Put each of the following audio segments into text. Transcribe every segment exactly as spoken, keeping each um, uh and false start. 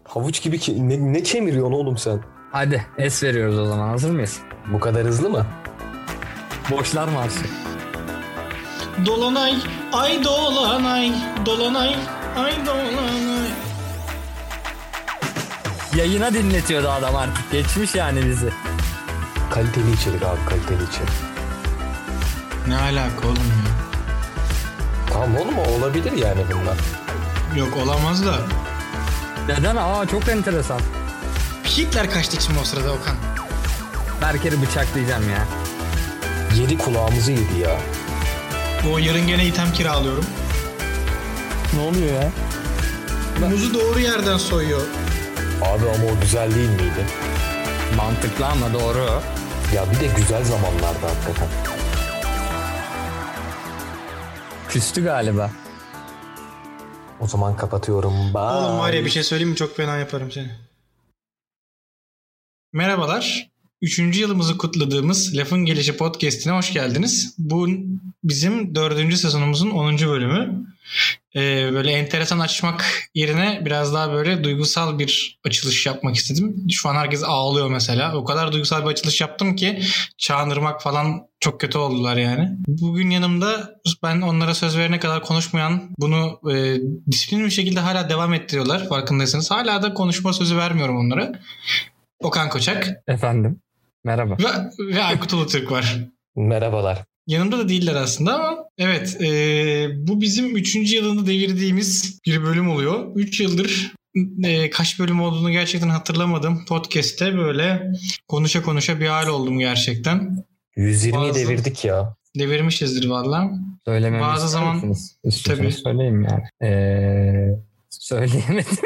Havuç gibi ki ne, ne kemiriyorsun oğlum sen? Hadi es veriyoruz o zaman. Hazır mıyız? Bu kadar hızlı mı? Boşlar marşı. Dolanay, ay dolanay, dolanay, ay dolanay. Yayına dinletiyordu adam artık. Geçmiş yani bizi. Kaliteli içerik abi, kaliteli içerik. Ne alaka oğlum ya? Tamam oğlum, olabilir yani bunlar. Yok olamaz da. Neden? Aa çok enteresan. Hitler kaçtı içime o sırada Okan. Berker'i bıçaklayacağım ya. Yedi kulağımızı yedi ya. O yarın gene item kiralıyorum. Ne oluyor ya? Muzu doğru yerden soyuyor. Abi ama o güzel değil miydi? Mantıklı ama doğru. Ya bir de güzel zamanlarda hakikaten. Küstü galiba. O zaman kapatıyorum. Bye. Oğlum var ya, bir şey söyleyeyim mi? Çok fena yaparım seni. Merhabalar. Üçüncü yılımızı kutladığımız Lafın Gelişi Podcast'ine hoş geldiniz. Bu bizim dördüncü sezonumuzun onuncu bölümü. Ee, böyle enteresan açmak yerine biraz daha böyle duygusal bir açılış yapmak istedim. Şu an herkes ağlıyor mesela. O kadar duygusal bir açılış yaptım ki Çağınırmak falan çok kötü oldular yani. Bugün yanımda ben onlara söz verene kadar konuşmayan, bunu e, disiplinli bir şekilde hala devam ettiriyorlar farkındaysanız. Hala da konuşma sözü vermiyorum onlara. Okan Koçak. Efendim. Merhaba. Ve, ve Aykut Ulutürk var. Merhabalar. Yanımda da değiller aslında ama evet, e, bu bizim üçüncü yılını devirdiğimiz bir bölüm oluyor. Üç yıldır e, kaç bölüm olduğunu gerçekten hatırlamadım. Podcast'te böyle konuşa konuşa bir hal oldum gerçekten. yüz yirmiyi Bazı... devirdik ya. Devirmişizdir valla. Söylememi Bazı zaman tabii söyleyeyim yani. Ee, söyleyemedim.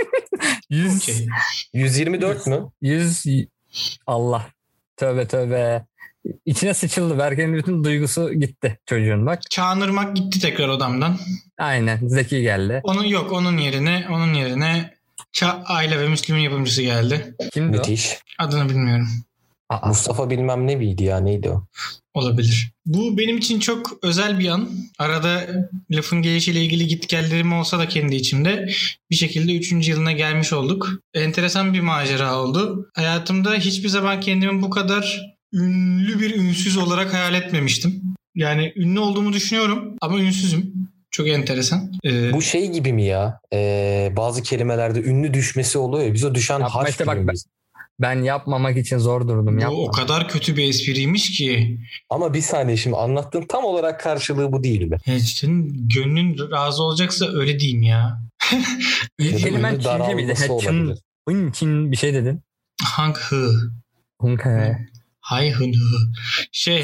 yüz okay. yüz yirmi dört mü? yüz Allah. Tövbe tövbe. İçine sıçıldı. Berker'in bütün duygusu gitti çocuğun bak. Çağınırmak gitti tekrar odamdan. Aynen. Zeki geldi. Onun yok onun yerine onun yerine Ça Aile ve Müslüm'ün yapımcısı geldi. Kimdi Müthiş. o? Adını bilmiyorum. Aa. Mustafa bilmem ne miydi ya, neydi o? Olabilir. Bu benim için çok özel bir an. Arada lafın gelişiyle ilgili gitgellerim olsa da kendi içimde bir şekilde üçüncü yılına gelmiş olduk. Enteresan bir macera oldu. Hayatımda hiçbir zaman kendimi bu kadar ünlü bir ünsüz olarak hayal etmemiştim. Yani ünlü olduğumu düşünüyorum ama ünsüzüm. Çok enteresan. Ee, Bu şey gibi mi ya? Ee, bazı kelimelerde ünlü düşmesi oluyor ya. Biz o düşen Yapma harf işte gibi bak, miyiz? ben yapmamak için zor durdum. bu Yapma. o kadar kötü bir espriymiş ki. Ama bir saniye, şimdi anlattığın tam olarak karşılığı bu değil mi? Ya senin gönlün razı olacaksa öyle diyeyim ya. İlk Ya da kelimen ünlü Çince miydi? daralması He, Çin, olabilir. Hın, Çin bir şey dedin. Hang hı. Hın he. Hay hın hı. Şey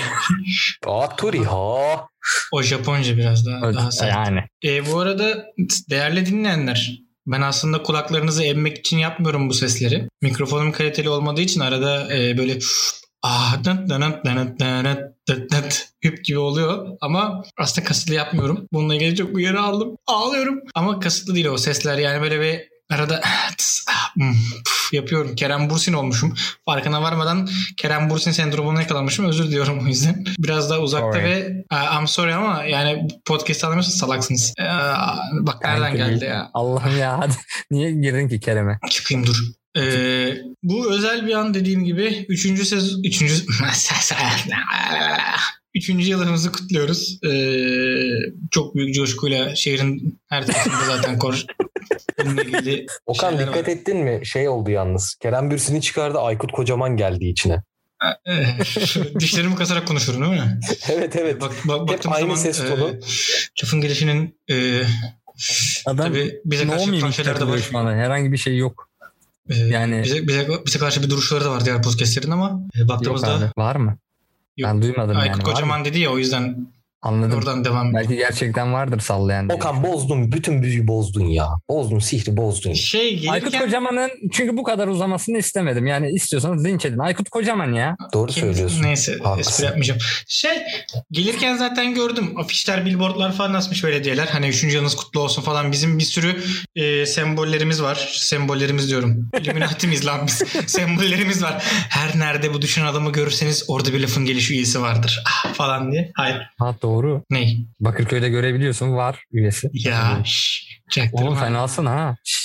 Aturi ha. o Japonca biraz daha, daha sert. Yani. E, bu arada değerli dinleyenler, ben aslında kulaklarınızı emmek için yapmıyorum bu sesleri. Mikrofonum kaliteli olmadığı için arada e, böyle ah dın dın dın dın dın dın hüp gibi oluyor ama aslında kasıtlı yapmıyorum. Bununla ilgili çok uyarı aldım. Ağlıyorum. Ama kasıtlı değil o sesler, yani böyle bir arada tıs, ah, mm, puf, yapıyorum. Kerem Bürsin olmuşum. Farkına varmadan Kerem Bürsin sendromuna yakalanmışım. Özür diliyorum o yüzden. Biraz daha uzakta sorry. ve uh, I'm sorry ama yani podcast anlamıyorsanız salaksınız. Ee, bak nereden Kanka, geldi ya. Allah'ım ya. Hadi. Niye girdin ki Kerem'e? Çıkayım dur. Ee, bu özel bir an dediğim gibi. Üçüncü sezon... Üçüncü... Üçüncü yılımızı kutluyoruz. Ee, çok büyük coşkuyla şehrin her tarafında zaten kor. Okan dikkat var. Ettin mi? Şey oldu yalnız. Kerem Bürsin'i çıkardı, Aykut Kocaman geldi içine. Dişlerimi kasarak konuşurum değil mi? Evet evet. Bak, bak, hep aynı zaman, ses tonu. E, lafın gelişinin e, adam tabii bize karşı yapılan şeyler de var. Şu anda herhangi bir şey yok. E, yani bize, bize, bize karşı bir duruşları da var diğer podcastlerin ama e, baktığımızda yok abi. Var mı? Yok. Ben duymadım. Aykut yani. Kocaman dedi ya, o yüzden anladım. Oradan devam. Belki gerçekten vardır sallayan. Okan bozdun. Bütün büyüyü bozdun ya. Bozdun. Sihri bozdun. Şey gelirken... Aykut Kocaman'ın çünkü bu kadar uzamasını istemedim. Yani istiyorsanız linç edin. Aykut Kocaman ya. Doğru Kim, söylüyorsun. Neyse. Haklısın. Espri yapmayacağım. Şey gelirken zaten gördüm. Afişler, billboardlar falan asmış belediyeler. Hani üçüncü yılınız kutlu olsun falan. Bizim bir sürü e, sembollerimiz var. Sembollerimiz diyorum. İlluminati'miz lan biz. Sembollerimiz var. Her nerede bu düşen adamı görürseniz orada bir lafın gelişi üyesi vardır. Ah, falan diye. Hayır. Ha doğru. Ney? Bakırköy'de görebiliyorsun, var üyesi. Ya şşş. Oğlum fenasın ha.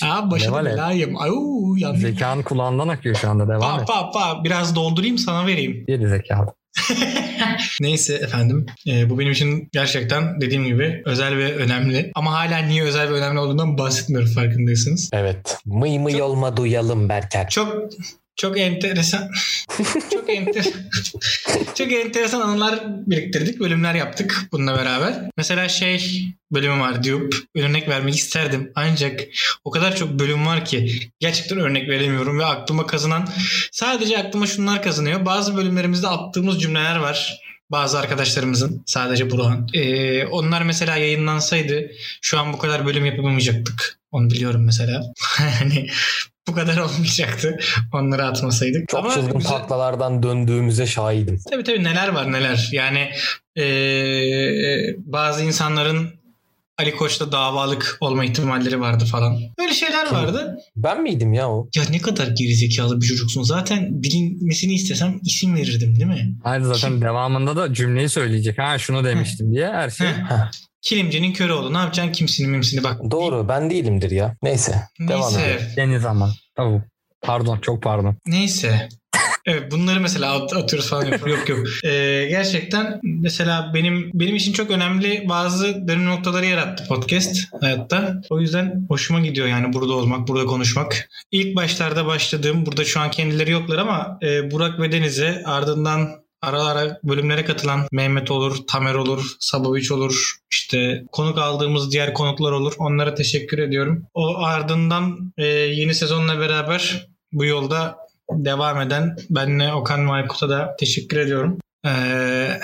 Aa, başına belayım. Ayuu, yandım. Zekanın kulağından akıyor şu anda. Devam pa, et. Pa, pa. Biraz doldurayım sana vereyim. Geri zekalı. Neyse efendim. E, bu benim için gerçekten dediğim gibi özel ve önemli. Ama hala niye özel ve önemli olduğundan bahsetmiyorum, farkındaysanız. Evet. Mıy mıy çok, olma duyalım Berker. Çok çok enteresan. çok enter çok enteresan anılar biriktirdik. Bölümler yaptık bununla beraber. Mesela şey bölümü var deyip örnek vermek isterdim. Ancak o kadar çok bölüm var ki gerçekten örnek veremiyorum ve aklıma kazınan, sadece aklıma şunlar kazanıyor. Bazı bölümlerimizde attığımız cümleler var. Bazı arkadaşlarımızın, sadece Burhan. Ee, onlar mesela yayınlansaydı şu an bu kadar bölüm yapamayacaktık. Onu biliyorum mesela. Hani bu kadar olmayacaktı onları atmasaydık. Çok Ama çılgın güzel... taklalardan döndüğümüze şahidim. Tabii tabii, neler var neler. Yani ee, bazı insanların Ali Koç'ta davalık olma ihtimalleri vardı falan. Böyle şeyler Kim? vardı. Ben miydim ya o? Ya ne kadar gerizekalı bir çocuksun. Zaten bilinmesini istesem isim verirdim değil mi? Hayır, zaten Kim? devamında da cümleyi söyleyecek. Ha şunu demiştim diye her şey. Kilimcinin körü oldu. Ne yapacaksın kimsini mimsini bak. Doğru, ben değilimdir ya. Neyse. Neyse. Devam edelim. Deniz ama. Tamam. Pardon, çok pardon. Neyse. Evet, bunları mesela at- atıyoruz falan. yok yok. Ee, gerçekten mesela benim benim için çok önemli bazı dönüm noktaları yarattı podcast hayatta. O yüzden hoşuma gidiyor yani burada olmak, burada konuşmak. İlk başlarda başladığım, burada şu an kendileri yoklar ama e, Burak ve Deniz'e, ardından ara ara bölümlere katılan Mehmet olur, Tamer olur, Saboviç olur, işte konuk aldığımız diğer konuklar olur. Onlara teşekkür ediyorum. O ardından e, yeni sezonla beraber bu yolda devam eden benle Okan ve Aykut'a da teşekkür ediyorum. Ee...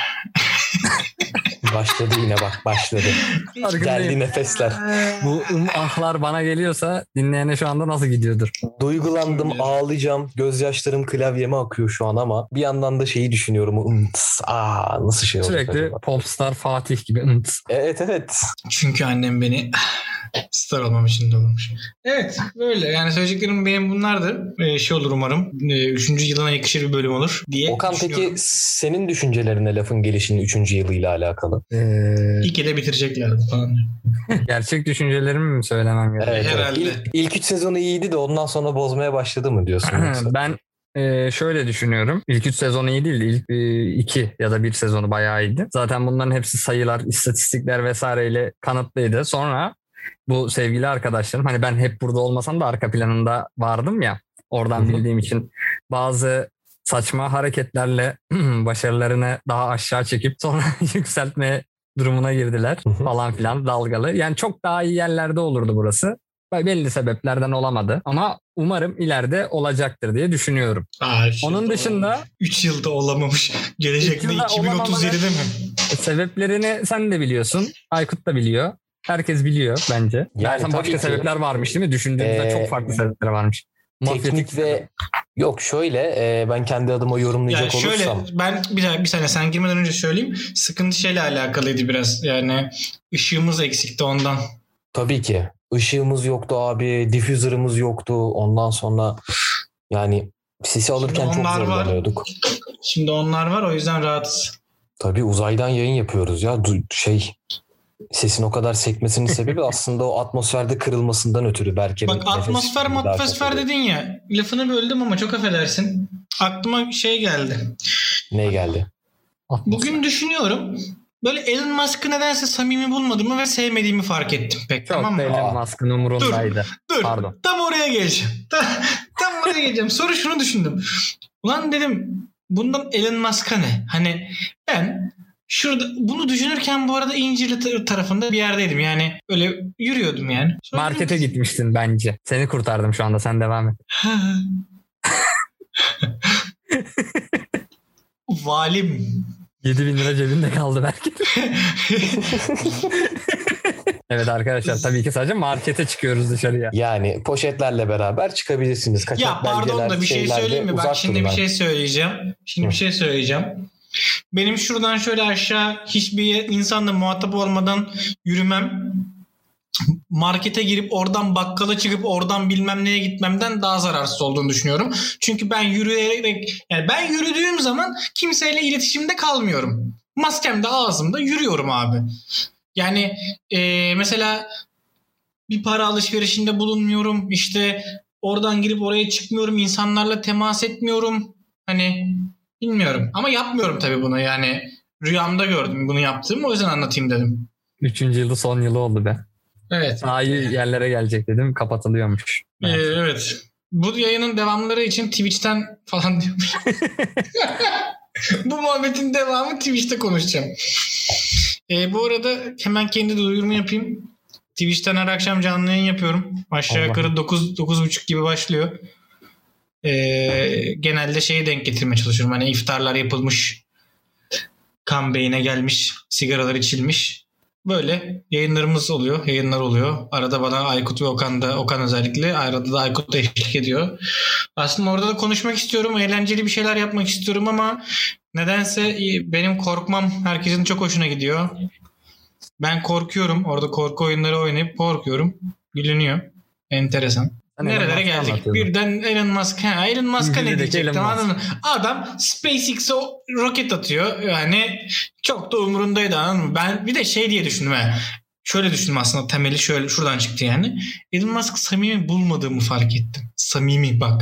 Başladı yine bak başladı. Geldi nefesler. Bu ım ahlar bana geliyorsa dinleyene şu anda nasıl gidiyordur? Duygulandım, ağlayacağım. Gözyaşlarım klavyeme akıyor şu an ama bir yandan da şeyi düşünüyorum. Imtıs, aa nasıl şey olacak Sürekli acaba? Popstar Fatih gibi ımtıs. Evet evet. Çünkü annem beni star olmam için doğurmuş. Evet böyle yani söyleyeceklerim benim bunlardı. Ee, şey olur umarım. Ee, üçüncü yılına yakışır bir bölüm olur diye Okan peki senin düşüncelerine lafın gelişinin üçüncü yılıyla alakalı? Ee... İlk ele bitireceklerdi falan. Gerçek düşüncelerimi mi söylemem gerekiyor? Evet, herhalde. İlk, ilk üç sezonu iyiydi de ondan sonra bozmaya başladı mı diyorsun? Ben e, şöyle düşünüyorum. İlk üç sezonu iyi değildi. İlk e, iki ya da bir sezonu bayağı iyiydi. Zaten bunların hepsi sayılar, istatistikler vesaireyle kanıtlıydı. Sonra bu sevgili arkadaşlarım, hani ben hep burada olmasam da arka planında vardım ya, oradan Hı-hı. bildiğim için bazı saçma hareketlerle başarılarını daha aşağı çekip sonra yükseltmeye durumuna girdiler Hı-hı. falan filan, dalgalı. Yani çok daha iyi yerlerde olurdu burası. Belli sebeplerden olamadı ama umarım ileride olacaktır diye düşünüyorum. Aa, Onun dışında üç yılda olamamış. Gelecekte iki bin otuz yedide mi? Sebeplerini sen de biliyorsun. Aykut da biliyor. Herkes biliyor bence. Yani başka ki, sebepler varmış değil mi? Düşündüğümüzde ee, çok farklı sebepler varmış. Teknik ve yok şöyle e, ben kendi adıma yorumlayacak yani şöyle, olursam. Ben bir, bir saniye sen girmeden önce söyleyeyim. Sıkıntı şeyle alakalıydı biraz. Yani ışığımız eksikti ondan. Tabii ki. Işığımız yoktu abi. Diffuser'ımız yoktu. Ondan sonra yani sesi alırken çok zorlanıyorduk. Var. Şimdi onlar var, o yüzden rahatız. Tabii uzaydan yayın yapıyoruz ya. Şey sesin o kadar sekmesinin sebebi aslında o atmosferde kırılmasından ötürü. Belki bak atmosfer atmosfer dedin ya, lafını böldüm ama çok affedersin. Aklıma şey geldi. Ne geldi? Bugün düşünüyorum. Böyle Elon Musk'ı nedense samimi bulmadığımı ve sevmediğimi fark ettim pek. Çok tamam mı? Elon Musk'ın umurundaydı. Dur, dur. Pardon. Tam oraya geleceğim. Tam, tam oraya geleceğim. Sonra şunu düşündüm. Ulan dedim, bundan Elon Musk'a ne? Hani ben şurada bunu düşünürken bu arada İncirli tarafında bir yerdeydim. Yani öyle yürüyordum yani. Sonra markete dedim, gitmiştin bence. Seni kurtardım şu anda. Sen devam et. Valim. yedi bin lira cebinde kaldı belki. Evet arkadaşlar, tabii ki sadece markete çıkıyoruz dışarıya. Yani poşetlerle beraber çıkabilirsiniz. Kaçak ya pardon da bir şey söyleyeyim mi? Bak şimdi bir şey söyleyeceğim. Şimdi Hı. bir şey söyleyeceğim. Benim şuradan şöyle aşağı hiçbir insanla muhatap olmadan yürümem, markete girip oradan bakkala çıkıp oradan bilmem neye gitmemden daha zararsız olduğunu düşünüyorum. Çünkü ben yürüyerek, yani ben yürüdüğüm zaman kimseyle iletişimde kalmıyorum. Maskem de ağzımda, yürüyorum abi. Yani e, mesela bir para alışverişinde bulunmuyorum. İşte oradan girip oraya çıkmıyorum. İnsanlarla temas etmiyorum. Hani bilmiyorum. Ama yapmıyorum tabii bunu. Yani rüyamda gördüm bunu yaptığımı. O yüzden anlatayım dedim. Üçüncü yılı son yılı oldu be. Evet. Daha iyi yerlere gelecek dedim. Kapatılıyormuş. Ee, evet. Bu yayının devamları için Twitch'ten falan diyormuş. Bu muhabbetin devamı Twitch'te konuşacağım. Ee, bu arada hemen kendi duyurumu yapayım. Twitch'ten her akşam canlı yayın yapıyorum. Aşağı Allah. yukarı dokuz dokuz buçuk gibi başlıyor. Ee, genelde şeyi denk getirmeye çalışıyorum. Hani iftarlar yapılmış, kan beyine gelmiş, sigaralar içilmiş. Böyle yayınlarımız oluyor, yayınlar oluyor. Arada bana Aykut ve Okan da, Okan özellikle, arada da Aykut da eşlik ediyor. Aslında orada da konuşmak istiyorum, eğlenceli bir şeyler yapmak istiyorum ama nedense benim korkmam herkesin çok hoşuna gidiyor. Ben korkuyorum, orada korku oyunları oynayıp korkuyorum. Gülünüyor. Enteresan. Sen nerelere geldik? Birden Elon Musk. Ha, Elon Musk'a ne diyecektim anladın mı? Adam SpaceX'e roket atıyor. Yani çok da umurundaydı anladın mı? Ben bir de şey diye düşündüm. He. Şöyle düşündüm aslında, temeli şöyle şuradan çıktı yani. Elon Musk samimi bulmadığımı fark ettim. Samimi bak.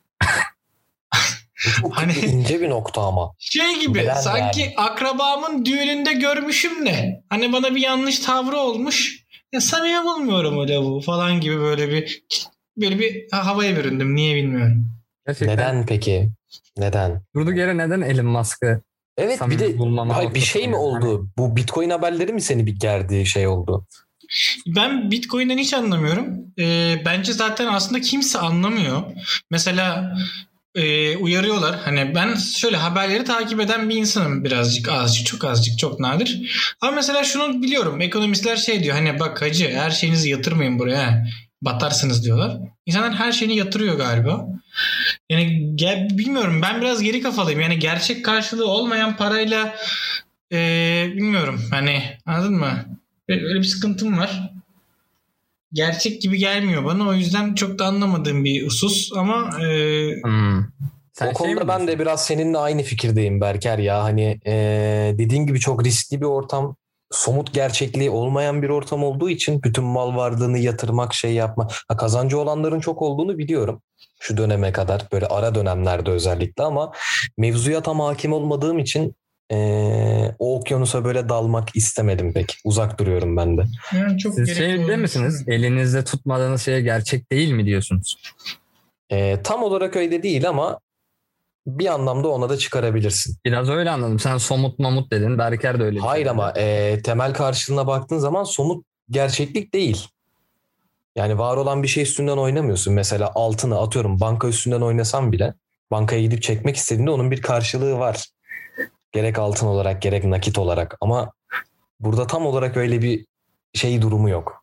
Çok hani ince bir nokta ama. Şey gibi Neden sanki yani? Akrabamın düğününde görmüşüm de. Hani bana bir yanlış tavrı olmuş. Ya samimi bulmuyorum öyle bu falan gibi böyle bir... Böyle bir havaya büründüm. Niye bilmiyorum. Gerçekten. Neden peki? Neden? Durduk yere neden Elon Musk'ı? Evet bir de hayır, bir şey mi oldu? Yani. Bu Bitcoin haberleri mi seni bir gerdi şey oldu? Ben Bitcoin'den hiç anlamıyorum. Ee, bence zaten aslında kimse anlamıyor. Mesela e, uyarıyorlar. Hani ben şöyle haberleri takip eden bir insanım birazcık, azıcık, çok azıcık, çok nadir. Ama mesela şunu biliyorum. Ekonomistler şey diyor. Hani bak hacı her şeyinizi yatırmayın buraya. Batarsınız diyorlar. İnsanlar her şeyini yatırıyor galiba. Yani gel, bilmiyorum ben biraz geri kafalıyım. Yani gerçek karşılığı olmayan parayla ee, bilmiyorum hani anladın mı? Öyle bir sıkıntım var. Gerçek gibi gelmiyor bana. O yüzden çok da anlamadığım bir husus ama ee... hmm. Sen o konuda ben de biraz seninle aynı fikirdeyim Berker ya. Hani ee, dediğin gibi çok riskli bir ortam. Somut gerçekliği olmayan bir ortam olduğu için bütün mal varlığını yatırmak, şey yapma. Ha, kazancı olanların çok olduğunu biliyorum. Şu döneme kadar böyle ara dönemlerde özellikle ama mevzuya tam hakim olmadığım için ee, o okyanusa böyle dalmak istemedim pek. Uzak duruyorum ben de. Yani çok Siz şey değil misiniz? Elinizde tutmadığınız şey gerçek değil mi diyorsunuz? Ee, tam olarak öyle değil ama bir anlamda ona da çıkarabilirsin. Biraz öyle anladım. Sen somut mamut dedin. Berker de öyle. Hayır şey ama e, temel karşılığına baktığın zaman somut gerçeklik değil. Yani var olan bir şey üstünden oynamıyorsun. Mesela altını atıyorum banka üstünden oynasam bile bankaya gidip çekmek istediğinde onun bir karşılığı var. Gerek altın olarak gerek nakit olarak ama burada tam olarak öyle bir şey durumu yok.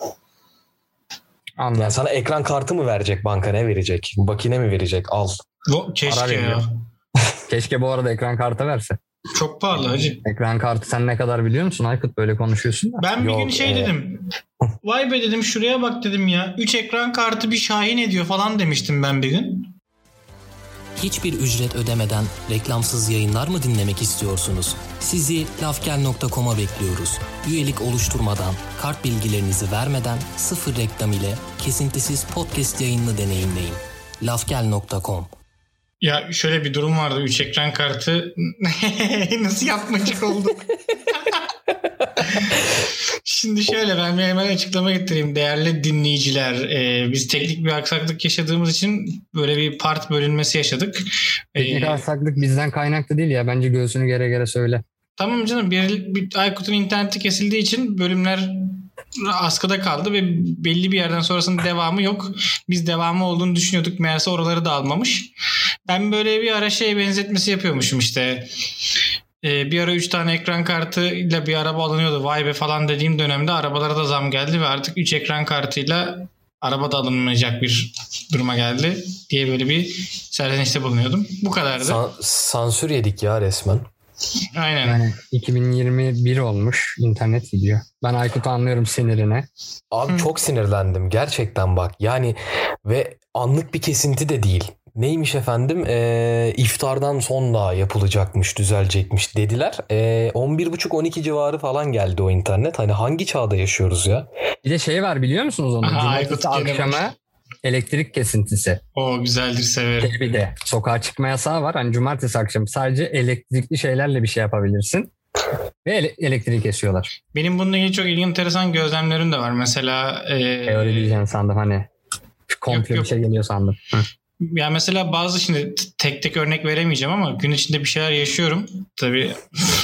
Anladım. Yani sana ekran kartı mı verecek banka ne verecek? Makine mi verecek? Al. O, keşke ya. Keşke bu arada ekran kartı verse. Çok pahalı hacı. Ekran kartı sen ne kadar biliyor musun Aykut böyle konuşuyorsun da. Ben bir Yok, gün şey e... dedim. Vay be dedim şuraya bak dedim ya. üç ekran kartı bir Şahin ediyor falan demiştim ben bir gün. Hiçbir ücret ödemeden reklamsız yayınlar mı dinlemek istiyorsunuz? Sizi lafgel nokta com'a bekliyoruz. Üyelik oluşturmadan, kart bilgilerinizi vermeden sıfır reklam ile kesintisiz podcast yayınını deneyimleyin. lafgel nokta com. Ya şöyle bir durum vardı. üç ekran kartı nasıl yapmacık oldu? Şimdi şöyle ben bir hemen açıklama getireyim. Değerli dinleyiciler, e, biz teknik bir aksaklık yaşadığımız için böyle bir part bölünmesi yaşadık. Teknik ee, aksaklık bizden kaynaklı değil ya. Bence göğsünü gere gere söyle. Tamam canım. Bir, bir Aykut'un interneti kesildiği için bölümler askıda kaldı ve belli bir yerden sonrasının devamı yok. Biz devamı olduğunu düşünüyorduk. Meğerse oraları da almamış. Ben böyle bir ara şey benzetmesi yapıyormuşum işte. Ee, bir ara üç tane ekran kartıyla bir araba alınıyordu. Vay be falan dediğim dönemde arabalara da zam geldi ve artık üç ekran kartıyla araba da alınmayacak bir duruma geldi diye böyle bir serzenişte bulunuyordum. Bu kadardı. San- sansür yedik ya resmen. Aynen. Yani iki bin yirmi bir olmuş internet gidiyor. Ben Aykut'u anlıyorum sinirine. Abi Hı. çok sinirlendim gerçekten bak. Yani ve anlık bir kesinti de değil. neymiş efendim e, iftardan sonra yapılacakmış, düzelecekmiş dediler. E, on bir buçuk on iki civarı falan geldi o internet. Hani hangi çağda yaşıyoruz ya? Bir de şey var biliyor musunuz onu? Aha, Cumartesi akşama elektrik kesintisi. O güzeldir, severim. Bir de sokağa çıkma yasağı var. Hani cumartesi akşamı sadece elektrikli şeylerle bir şey yapabilirsin. Ve ele- elektriği kesiyorlar. Benim bununla ilgili çok ilginç, enteresan gözlemlerim de var. Mesela e, teori diyeceğim sandım hani. Komple bir şey geliyor sandım. Hı. Ya mesela bazı, şimdi tek tek örnek veremeyeceğim ama gün içinde bir şeyler yaşıyorum. Tabii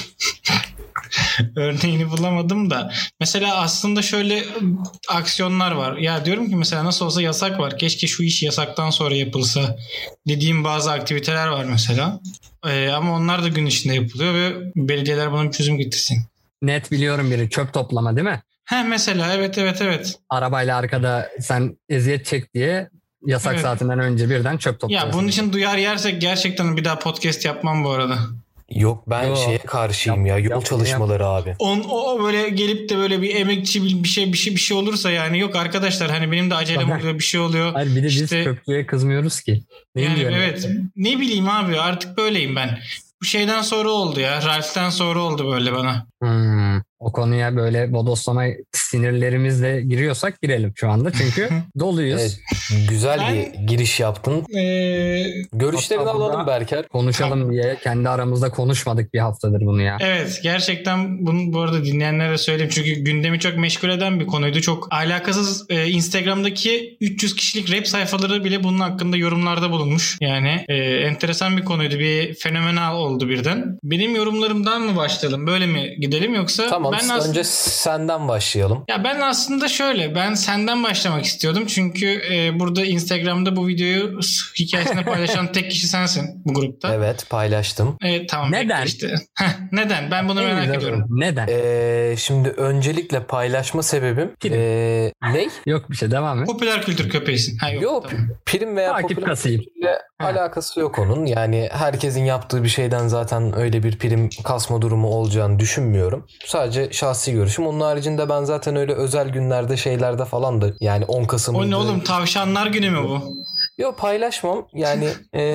örneğini bulamadım da. Mesela aslında şöyle aksiyonlar var. Ya diyorum ki mesela nasıl olsa yasak var. Keşke şu iş yasaktan sonra yapılsa dediğim bazı aktiviteler var mesela. Ee, ama onlar da gün içinde yapılıyor ve belediyeler buna bir çözüm getirsin. Net biliyorum biri, çöp toplama değil mi? He mesela evet evet evet. Arabayla arkada sen eziyet çek diye yasak evet. saatinden önce birden çöp topluyorsun. Ya bunun için duyar yersek gerçekten bir daha podcast yapmam bu arada. Yok ben Yo. şeye karşıyım yap, ya yol yap, çalışmaları yap. Abi. On, o böyle gelip de böyle bir emekçi bir şey bir şey bir şey olursa yani yok arkadaşlar hani benim de acelem oluyor bir şey oluyor. Hayır bir de işte, biz köprüye kızmıyoruz ki. Ne yani evet yani? Ne bileyim abi artık böyleyim ben. Bu şeyden sonra oldu ya. Ralph'ten sonra oldu böyle bana. Hmm, o konuya böyle bodoslama sinirlerimizle giriyorsak girelim şu anda. Çünkü doluyuz. Evet, güzel ben, bir giriş yaptın. Ee, Görüşlerini alalım Berker. Konuşalım tamam. diye kendi aramızda konuşmadık bir haftadır bunu ya. Evet gerçekten bunu bu arada dinleyenlere söyleyeyim. Çünkü gündemi çok meşgul eden bir konuydu. Çok alakasız e, Instagram'daki üç yüz kişilik rap sayfaları bile bunun hakkında yorumlarda bulunmuş. Yani e, enteresan bir konuydu. Bir fenomenal oldu birden. Benim yorumlarımdan mı başlayalım? Böyle mi gidelim yoksa? Tamam ben aslında, önce senden başlayalım. Ya ben aslında şöyle ben senden başlamak istiyordum. Çünkü e, burada Instagram'da bu videoyu hikayesinde paylaşan tek kişi sensin bu grupta. Evet paylaştım. Evet tamam. Neden? Işte. Heh, neden? Ben bunu merak ediyorum. Neden? Ee, şimdi öncelikle paylaşma sebebim ee, ne? Yok bir şey devam et. Popüler kültür köpeğisin. Ha, yok, yok tamam. Prim veya takip popüler kasayım. kültürle alakası yok onun. Yani herkesin yaptığı bir şeyden zaten öyle bir prim kasma durumu olacağını düşünmüyorum. Sadece şahsi görüşüm. Onun haricinde ben zaten öyle özel günlerde şeylerde falan da yani on Kasım. O ne oğlum tavşanlar günü mü bu? Yok paylaşmam. Yani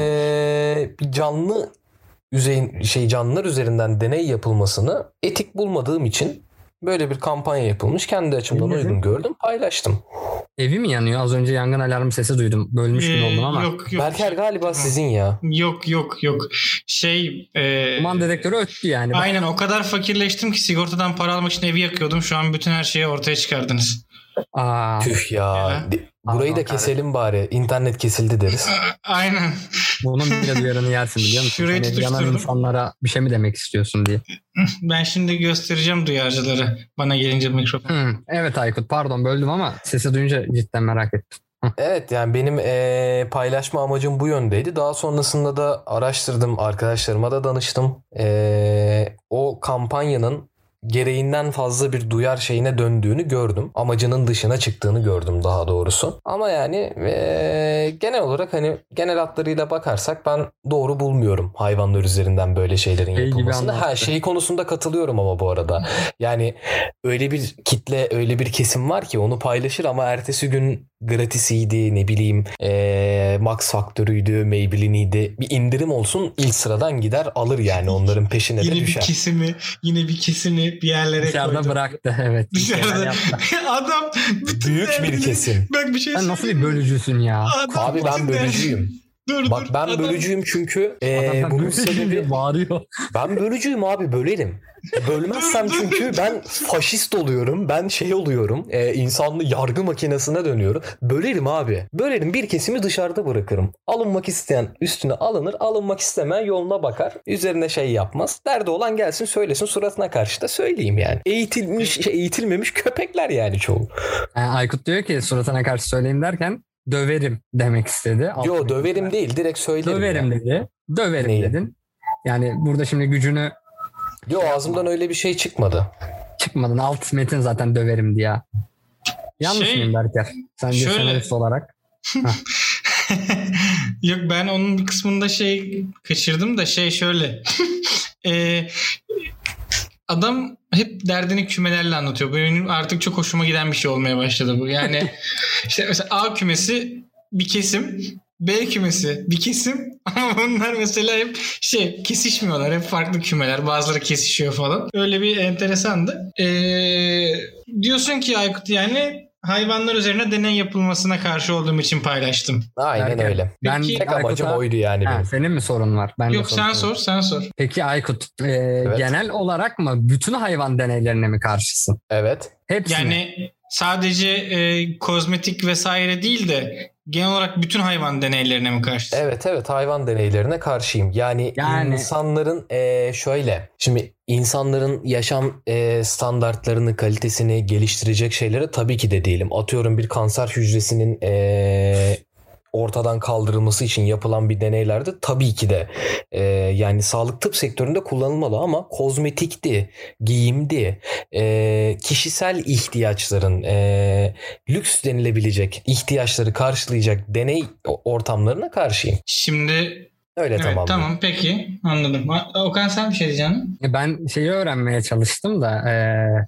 ee, bir canlı üzeyin, şey canlılar üzerinden deney yapılmasını etik bulmadığım için böyle bir kampanya yapılmış. Kendi açımdan Evi uygun mi? gördüm. Paylaştım. Evi mi yanıyor? Az önce yangın alarmı sesi duydum. Bölmüş ee, gibi oldum ama. Yok, yok. Berker galiba tamam. sizin ya. Yok yok yok. Şey. E, Duman dedektörü öttü yani. Aynen o kadar fakirleştim ki sigortadan para almak için evi yakıyordum. Şu an bütün her şeyi ortaya çıkardınız. Aa. Tüh ya. ya. Burayı da keselim bari. İnternet kesildi deriz. Aynen. Bunun bile duyarını yersin biliyor musun? Şurayı hani yanan insanlara bir şey mi demek istiyorsun diye. Ben şimdi göstereceğim duyarcıları. Bana gelince mikrofon. Hmm, evet Aykut pardon böldüm ama sesi duyunca cidden merak ettim. Evet yani benim ee, paylaşma amacım bu yöndeydi. Daha sonrasında da araştırdım. Arkadaşlarıma da danıştım. E, o kampanyanın gereğinden fazla bir duyar şeyine döndüğünü gördüm. Amacının dışına çıktığını gördüm daha doğrusu. Ama yani e, genel olarak hani genel hatlarıyla bakarsak ben doğru bulmuyorum hayvanlar üzerinden böyle şeylerin şey yapılmasını. Her şey konusunda katılıyorum ama bu arada. Yani öyle bir kitle, öyle bir kesim var ki onu paylaşır ama ertesi gün gratisiydi, ne bileyim e, Max Faktörüydü, Maybelline'iydi. Bir indirim olsun ilk sıradan gider alır yani onların peşine de düşer. Yine bir kesimi, yine bir kesimi bir yerlere dışarıda koydu. bıraktı evet. Dışarıda. Adam büyük bir kesim. Bak bir şey Sen nasıl bir bölücüsün ya? Adam abi ben bölücüyüm. Dur, Bak dur, ben adam... bölücüyüm çünkü e, bunun sebebi bağırıyor. Ben bölücüyüm abi bölerim. Bölmezsem dur, çünkü dur. ben faşist oluyorum. Ben şey oluyorum. E, insanlı yargı makinesine dönüyorum. Bölerim abi. Bölerim bir kesimi dışarıda bırakırım. Alınmak isteyen üstüne alınır. Alınmak istemeyen yoluna bakar. Üzerine şey yapmaz. Derdi olan gelsin söylesin suratına karşı da söyleyeyim yani. Eğitilmiş eğitilmemiş köpekler yani çoğu. Yani Aykut diyor ki suratına karşı söyleyeyim derken döverim demek istedi. Yo döverim değil direkt söylerim. Döverim ya. dedi. Döverim Neyi? dedin. Yani burada şimdi gücünü... Yo ağzımdan öyle bir şey çıkmadı. Çıkmadın. Alt metin zaten döverim diye. Yanlış şey, mıyım Berker? Sen bir senarist olarak. Yok ben onun bir kısmında şey kaçırdım da şey şöyle. Eee... Adam hep derdini kümelerle anlatıyor. Benim artık çok hoşuma giden bir şey olmaya başladı bu. Yani işte mesela A kümesi bir kesim. B kümesi bir kesim ama bunlar mesela hep şey kesişmiyorlar. Hep farklı kümeler. Bazıları kesişiyor falan. Öyle bir enteresandı. Ee, diyorsun ki Aykut yani hayvanlar üzerine deney yapılmasına karşı olduğum için paylaştım. Aynen Erken. öyle. Ben Tek Aykut'a... amacım oydu yani Ha, benim. senin mi sorun var? Ben Yok sen sor sen sor. Peki Aykut e, Evet. genel olarak mı bütün hayvan deneylerine mi karşısın? Evet. Hepsine. Yani sadece e, kozmetik vesaire değil de genel olarak bütün hayvan deneylerine mi karşısın? Evet evet hayvan deneylerine karşıyım. Yani, Yani- insanların eee, şöyle şimdi insanların yaşam eee, standartlarını, kalitesini geliştirecek şeylere tabii ki de değilim. Atıyorum bir kanser hücresinin eee, ortadan kaldırılması için yapılan bir deneylerde tabii ki de eee, yani sağlık tıp sektöründe kullanılmalı ama kozmetikti, giyimdi, eee, kişisel ihtiyaçların eee, lüks denilebilecek ihtiyaçları karşılayacak deney ortamlarına karşıyım. Şimdi Öyle evet, tamam. tamam peki anladım. Okan sen bir şey diyeceksin. Ben şeyi öğrenmeye çalıştım da e,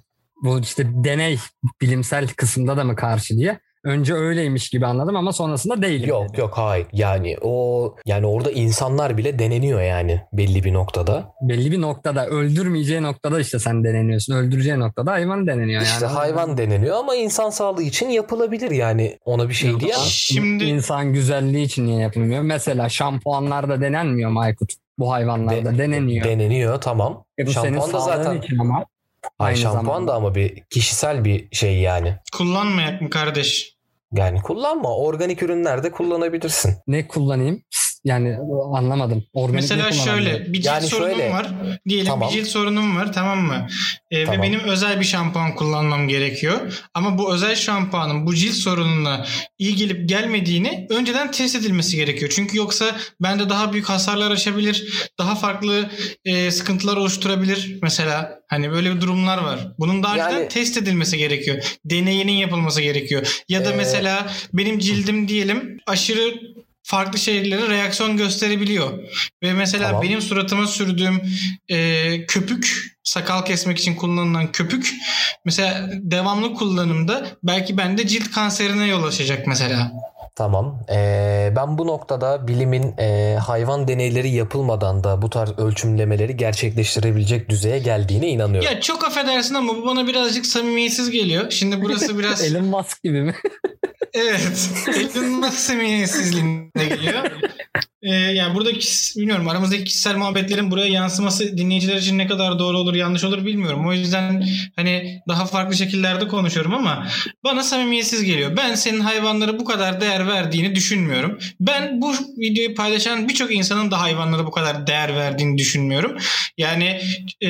bu işte deney bilimsel kısımda da mı karşı diye. Önce öyleymiş gibi anladım ama sonrasında değilim. Yok dedi. yok hayır. Yani o yani orada insanlar bile deneniyor yani belli bir noktada. Belli bir noktada öldürmeyeceği noktada işte sen deneniyorsun. Öldüreceği noktada hayvan deneniyor. İşte yani. hayvan deneniyor ama insan sağlığı için yapılabilir yani ona bir şey Yok, diyemem. Şimdi İnsan güzelliği için niye yapılmıyor? Mesela şampuanlarda denenmiyor mu Aykut? Bu hayvanlarda De- deneniyor. Deneniyor tamam. E bu senin Şampuan da sağlığın zaten için ama. Ay, aynı şampuan zamanda. da ama bir kişisel bir şey yani. kullanmayak mı kardeş? Yani kullanma. Organik ürünlerde kullanabilirsin. Ne kullanayım? Yani anlamadım. Organik Mesela ne kullanabilirim? şöyle bir cilt Yani sorunum şöyle. var. Diyelim Tamam. bir cilt sorunum var tamam mı? Ee, Tamam. Ve benim özel bir şampuan kullanmam gerekiyor. Ama bu özel şampuanın bu cilt sorununa iyi gelip gelmediğini önceden test edilmesi gerekiyor. Çünkü yoksa bende daha büyük hasarlar açabilir. Daha farklı e, sıkıntılar oluşturabilir. Mesela hani böyle bir durumlar var. Bunun daha önceden Yani- test edilmesi gerekiyor. Deneyinin yapılması gerekiyor. Ya da Ee, mesela benim cildim diyelim aşırı farklı şeylere reaksiyon gösterebiliyor. Ve mesela Tamam. benim suratıma sürdüğüm e, köpük, sakal kesmek için kullanılan köpük mesela devamlı kullanımda belki bende cilt kanserine yol açacak mesela. Tamam. Ee, ben bu noktada bilimin e, hayvan deneyleri yapılmadan da bu tarz ölçümlemeleri gerçekleştirebilecek düzeye geldiğine inanıyorum. Ya çok affedersin ama bu bana birazcık samimiyetsiz geliyor. Şimdi burası biraz... Elon Musk gibi mi? Evet. Elon Musk samimiyetsizliğine geliyor. Ee, yani burada kişi- bilmiyorum aramızdaki kişisel muhabbetlerin buraya yansıması dinleyiciler için ne kadar doğru olur yanlış olur bilmiyorum. O yüzden hani daha farklı şekillerde konuşuyorum ama bana samimiyetsiz geliyor. Ben senin hayvanlara bu kadar değer verdiğini düşünmüyorum. Ben bu videoyu paylaşan birçok insanın da hayvanlara bu kadar değer verdiğini düşünmüyorum. Yani e,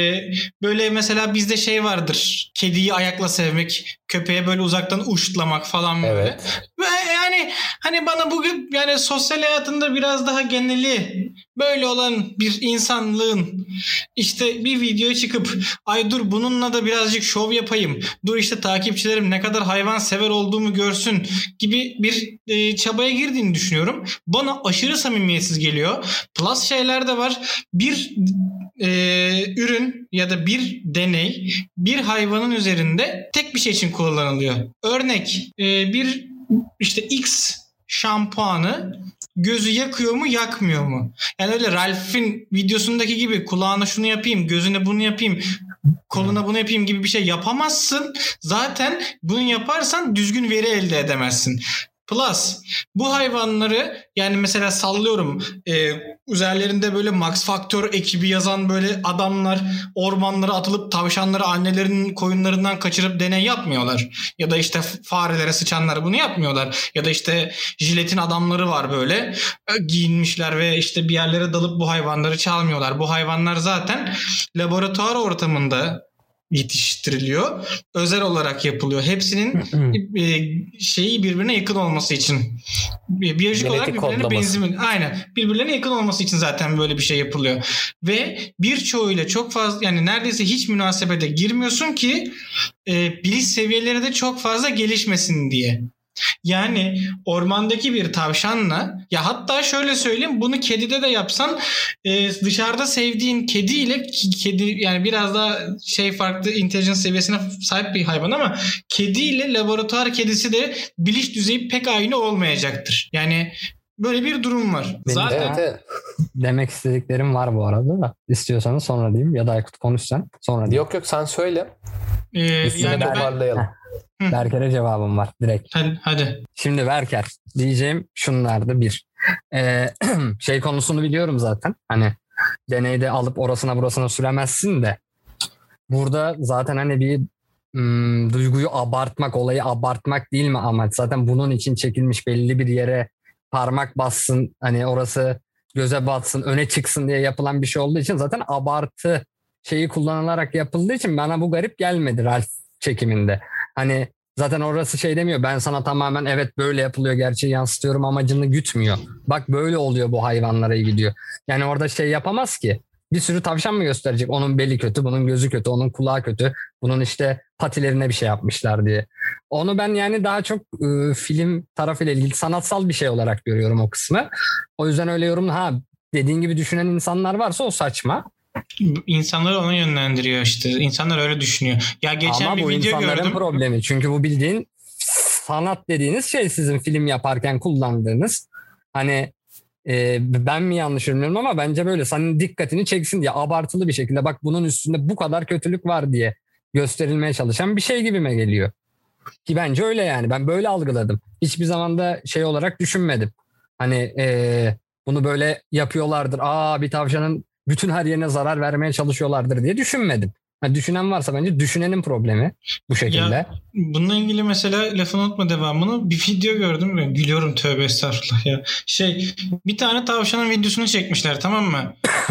böyle mesela bizde şey vardır. Kediyi ayakla sevmek, köpeğe böyle uzaktan uçlamak falan böyle. Evet. Ve yani hani bana bugün yani sosyal hayatında biraz daha geneli böyle olan bir insanlığın işte bir videoya çıkıp ay dur bununla da birazcık şov yapayım. Dur işte takipçilerim ne kadar hayvan sever olduğumu görsün gibi bir e, çabaya girdiğini düşünüyorum. Bana aşırı samimiyetsiz geliyor. Plus şeyler de var. Bir e, ürün ya da bir deney bir hayvanın üzerinde tek bir şey için kullanılıyor. Örnek e, bir işte X şampuanı gözü yakıyor mu yakmıyor mu? Yani öyle Ralph'in videosundaki gibi kulağına şunu yapayım, gözüne bunu yapayım, koluna bunu yapayım gibi bir şey yapamazsın. Zaten bunu yaparsan düzgün veri elde edemezsin. Plus bu hayvanları yani mesela sallıyorum e, üzerlerinde böyle Max Factor ekibi yazan böyle adamlar ormanlara atılıp tavşanları annelerinin koyunlarından kaçırıp deney yapmıyorlar. Ya da işte farelere sıçanlar bunu yapmıyorlar. Ya da işte jiletin adamları var böyle e, giyinmişler ve işte bir yerlere dalıp bu hayvanları çalmıyorlar. Bu hayvanlar zaten laboratuvar ortamında yetiştiriliyor. Özel olarak yapılıyor. Hepsinin e, şeyi birbirine yakın olması için. Biyolojik Genetik olarak birbirlerine kodlaması. benzemin. Aynen. Birbirlerine yakın olması için zaten böyle bir şey yapılıyor. Ve birçoğuyla çok fazla yani neredeyse hiç münasebete girmiyorsun ki e, biliş seviyeleri de çok fazla gelişmesin diye. Yani ormandaki bir tavşanla ya hatta şöyle söyleyeyim bunu kedide de yapsan e, dışarıda sevdiğin kediyle kedi yani biraz daha şey farklı intelligence seviyesine sahip bir hayvan ama kediyle laboratuvar kedisi de biliş düzeyi pek aynı olmayacaktır. Yani böyle bir durum var. Benim Zaten Evet, evet. demek istediklerim var bu arada da. İstiyorsanız sonra diyeyim ya da Aykut konuşsan sonra diyeyim. Yok yok sen söyle. e, Üstüne yani ben, toparlayalım. Hı. Berker'e cevabım var direkt. hadi, hadi. Şimdi Berker diyeceğim şunlardı. Bir, ee, şey konusunu biliyorum zaten. Hani deneyde alıp orasına burasına süremezsin de. Burada zaten hani bir ım, duyguyu abartmak, olayı abartmak değil mi amaç? Zaten bunun için çekilmiş, belli bir yere parmak bassın, hani orası göze batsın, öne çıksın diye yapılan bir şey olduğu için zaten abartı şeyi kullanılarak yapıldığı için bana bu garip gelmedi Ralph çekiminde. Hani zaten orası şey demiyor, ben sana tamamen evet böyle yapılıyor gerçeği yansıtıyorum amacını gütmüyor. Bak böyle oluyor bu hayvanlara iyi diyor. Yani orada şey yapamaz ki. Bir sürü tavşan mı gösterecek? Onun beli kötü, bunun gözü kötü, onun kulağı kötü, bunun işte patilerine bir şey yapmışlar diye. Onu ben yani daha çok e, film tarafıyla ilgili sanatsal bir şey olarak görüyorum o kısmı. O yüzden öyle yorum, ha dediğin gibi düşünen insanlar varsa o saçma. İnsanları ona yönlendiriyor işte. İnsanlar öyle düşünüyor. Ya geçen Ama bir bu video insanların gördüm. problemi. Çünkü bu bildiğin sanat dediğiniz şey sizin film yaparken kullandığınız. Hani e, ben mi yanlış bilmiyorum ama bence böyle senin dikkatini çeksin diye abartılı bir şekilde bak bunun üstünde bu kadar kötülük var diye gösterilmeye çalışan bir şey gibime geliyor. Ki bence öyle yani. Ben böyle algıladım. Hiçbir zaman da şey olarak düşünmedim. Hani e, bunu böyle yapıyorlardır. Aa bir tavşanın bütün her yerine zarar vermeye çalışıyorlardır diye düşünmedim. Yani düşünen varsa bence düşünenin problemi bu şekilde. Ya, bununla ilgili mesela lafını unutma devamını. Bir video gördüm. Ben gülüyorum, tövbe estağfurullah ya. Şey, bir tane tavşanın videosunu çekmişler, tamam mı?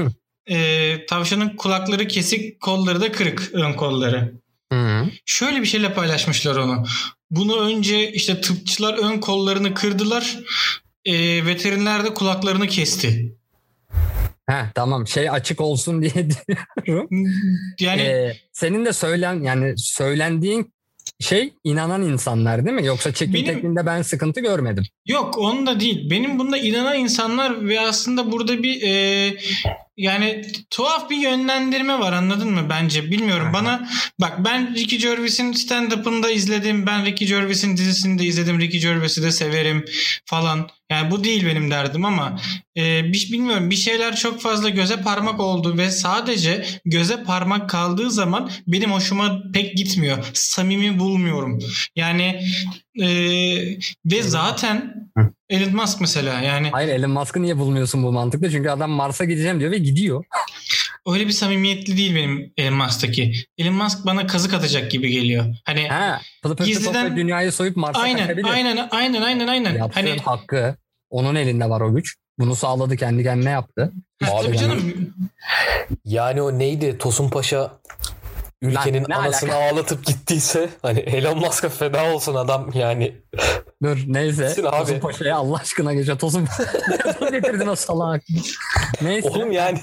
ee, tavşanın kulakları kesik, kolları da kırık, ön kolları. Hı-hı. Şöyle bir şeyle paylaşmışlar onu. Bunu önce işte tıpçılar ön kollarını kırdılar. E, veteriner de kulaklarını kesti. Heh, tamam şey açık olsun diye diyorum. Yani ee, senin de söylen yani söylendiğin şey inanan insanlar değil mi? Yoksa çekim Benim... tekniğinde ben sıkıntı görmedim. Yok, onu da değil. Benim bunda inanan insanlar ve aslında burada bir e, yani tuhaf bir yönlendirme var, anladın mı bence? Bilmiyorum. Bana bak, ben Ricky Gervais'in stand-up'ını da izledim. Ben Ricky Gervais'in dizisini de izledim. Ricky Gervais'i de severim falan. Yani bu değil benim derdim ama e, bir, bilmiyorum, bir şeyler çok fazla göze parmak oldu ve sadece göze parmak kaldığı zaman benim hoşuma pek gitmiyor. Samimi bulmuyorum. Yani e, ve zaten Elon Musk mesela yani. Hayır, Elon Musk'ı niye bulmuyorsun bu mantıkla? Çünkü adam Mars'a gideceğim diyor ve gidiyor. Öyle bir samimiyetli değil benim Elon Musk'taki. Elon Musk bana kazık atacak gibi geliyor. Hani ha, pılıp pılıp gizliden dünyayı soyup Mars'a aynen, kaçabilir. aynen aynen aynen aynen. Yaptığın hani hakkı. Onun elinde var o güç. Bunu sağladı, kendi kendine yaptı. Abi Abi canım. Yani o neydi? Tosun Paşa ülkenin Lan, ne anasını alaka? ağlatıp gittiyse hani Elon Musk'a feda olsun adam yani. Dur neyse. Gitsin abi. Tosun Paşa'ya Allah aşkına geçe. Tosun Paşa'ya getirdin o salak. Neyse. Oğlum yani.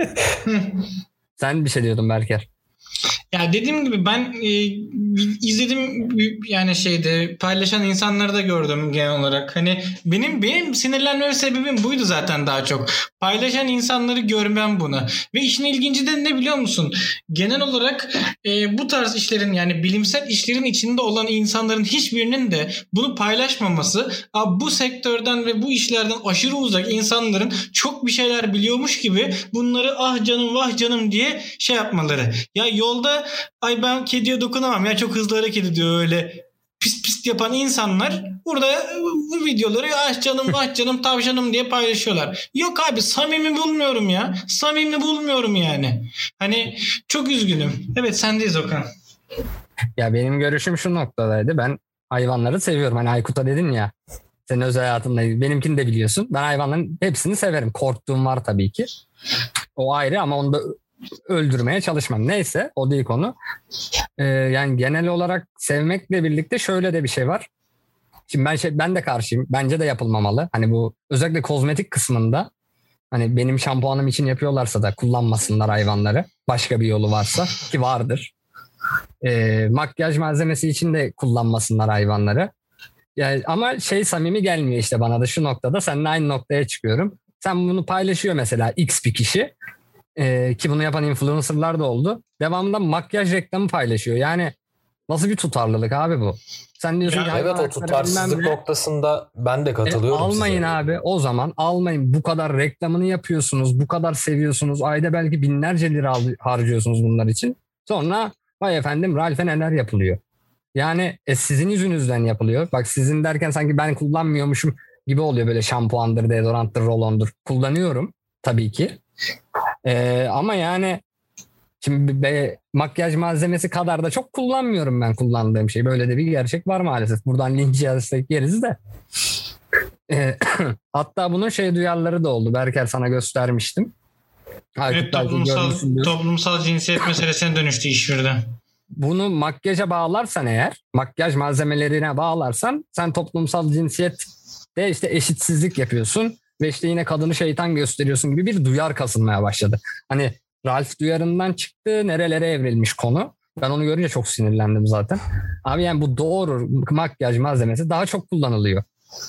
Sen bir şey diyordun Berker. Ya dediğim gibi ben e, izledim yani şeyde paylaşan insanları da gördüm genel olarak. Hani benim benim sinirlenme sebebim buydu zaten daha çok. Paylaşan insanları görmem buna. Ve işin ilginci de ne biliyor musun? Genel olarak e, bu tarz işlerin, yani bilimsel işlerin içinde olan insanların hiçbirinin de bunu paylaşmaması, bu sektörden ve bu işlerden aşırı uzak insanların çok bir şeyler biliyormuş gibi bunları ah canım vah canım diye şey yapmaları. Ya yolda ay ben kediye dokunamam ya çok hızlı hareket ediyor öyle pis pis yapan insanlar burada bu videoları ah canım vah canım tavşanım diye paylaşıyorlar. Yok abi, samimi bulmuyorum ya. Samimi bulmuyorum yani. Hani çok üzgünüm. Evet, sendeyiz Okan. Ya benim görüşüm şu noktadaydı. Ben hayvanları seviyorum. Hani Aykut'a dedin ya, senin özel hayatında benimkini de biliyorsun. Ben hayvanların hepsini severim. Korktuğum var tabii ki. O ayrı ama onu da öldürmeye çalışmam. Neyse, o değil konu. Ee, yani genel olarak sevmekle birlikte şöyle de bir şey var. Şimdi ben şey, ben de karşıyım. Bence de yapılmamalı. Hani bu özellikle kozmetik kısmında, hani benim şampuanım için yapıyorlarsa da kullanmasınlar hayvanları. Başka bir yolu varsa, ki vardır. Ee, makyaj malzemesi için de kullanmasınlar hayvanları. Yani ama şey samimi gelmiyor işte bana da şu noktada. Seninle aynı noktaya çıkıyorum. Sen bunu paylaşıyor mesela X bir kişi. Ee, ki bunu yapan influencerlar da oldu. Devamında makyaj reklamı paylaşıyor. Yani Nasıl bir tutarlılık abi bu? Sen diyorsun Ya ki Evet, o tutarsızlık noktasında ben de katılıyorum e, almayın size. abi, o zaman almayın. Bu kadar reklamını yapıyorsunuz, bu kadar seviyorsunuz. Ayda belki binlerce lira al- harcıyorsunuz bunlar için. Sonra vay efendim Ralph'e neler yapılıyor. Yani e, sizin yüzünüzden yapılıyor. Bak sizin derken sanki ben kullanmıyormuşum gibi oluyor, böyle şampuandır, deodoranttır, rolondur. Kullanıyorum tabii ki. E, ama yani şimdi be, makyaj malzemesi kadar da çok kullanmıyorum ben kullandığım şey. Böyle de bir gerçek var maalesef. Buradan linç yersek yeriz de. E, hatta bunun şey duyarları da oldu. Berker sana göstermiştim. Aykut Evet, belki toplumsal, görmüşsündür. toplumsal cinsiyet meselesine dönüştü iş birden. Bunu makyaja bağlarsan eğer, makyaj malzemelerine bağlarsan sen toplumsal cinsiyette işte eşitsizlik yapıyorsun ve işte yine kadını şeytan gösteriyorsun gibi bir duyar kasılmaya başladı. Hani Ralph duyarından çıktı, nerelere evrilmiş konu. Ben onu görünce çok sinirlendim zaten. Abi yani bu doğru, makyaj malzemesi daha çok kullanılıyor.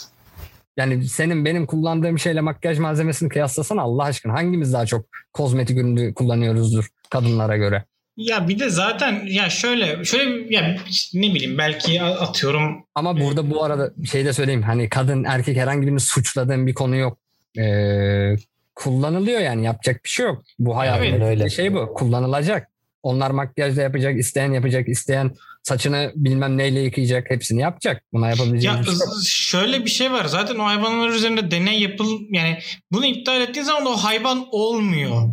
Yani senin benim kullandığım şeyle makyaj malzemesini kıyaslasana Allah aşkına. Hangimiz daha çok kozmetik ürünü kullanıyoruzdur kadınlara göre? Ya bir de zaten ya şöyle şöyle ya ne bileyim belki atıyorum. Ama burada bu arada şey de söyleyeyim. Hani kadın erkek herhangi birini suçladığım bir konu yok. Ee, kullanılıyor yani, yapacak bir şey yok. Bu hayatın Evet, öyle. şey bu. Kullanılacak. Onlar makyajla yapacak, isteyen yapacak, isteyen saçını bilmem neyle yıkayacak, hepsini yapacak. Buna yapabileceği Ya bir şey yok. şöyle bir şey var. Zaten o hayvanlar üzerinde deney yapıl yani bunu iptal ettiğin zaman o hayvan olmuyor.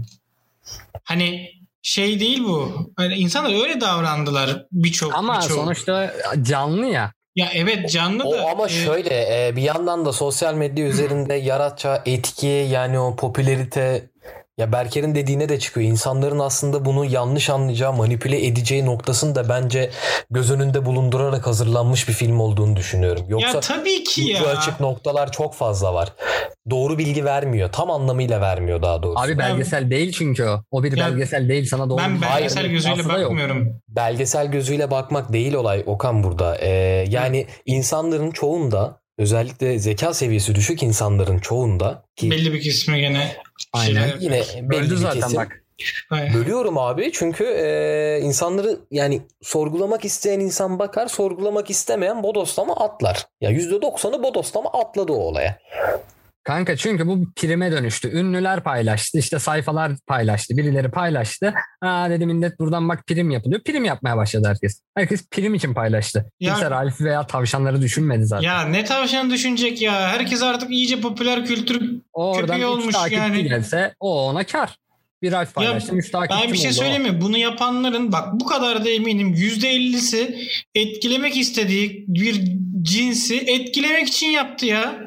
Hani şey değil bu. Hani insanlar öyle davrandılar birçok. Ama birçok. sonuçta canlı ya. Ya evet canlı da. O ama e, şöyle e, bir yandan da sosyal medya üzerinde yaratacağı etki, yani o popülerite, ya Berker'in dediğine de çıkıyor. İnsanların aslında bunu yanlış anlayacağı, manipüle edeceği noktasını da bence göz önünde bulundurarak hazırlanmış bir film olduğunu düşünüyorum. Yoksa ya tabii ki ucu ya. açık noktalar çok fazla var. Doğru bilgi vermiyor. Tam anlamıyla vermiyor daha doğrusu. Abi belgesel değil çünkü o. O bir Ya, belgesel değil, sana doğru. Ben bir- belgesel Hayır, gözüyle aslında yok. bakmıyorum. Belgesel gözüyle bakmak değil olay Okan burada. Ee, yani insanların çoğunda, özellikle zeka seviyesi düşük insanların çoğunda ki Belli bir kısmı gene. Aynen. şeyler- yine belli Öldü bir zaten kesim. bak. Aynen. Bölüyorum abi çünkü e, insanları, yani sorgulamak isteyen insan bakar, sorgulamak istemeyen bodoslama atlar. Ya yüzde doksanı bodoslama atladı o olaya. Kanka çünkü bu prime dönüştü. Ünlüler paylaştı, işte sayfalar paylaştı, birileri paylaştı. Ha dedi millet, buradan bak prim yapılıyor. Prim yapmaya başladı herkes. Herkes prim için paylaştı. Ya- Kimse Ralph veya tavşanları düşünmedi zaten. Ya ne tavşan düşünecek ya. Herkes artık iyice popüler kültür Oradan köpeği üç olmuş takipçi yani. gelse o ona kar. Bir Ralph paylaştı, üç takipçim Ben bir şey oldu. söyleyeyim mi? Bunu yapanların bak bu kadar da eminim yüzde ellisi etkilemek istediği bir cinsi etkilemek için yaptı ya.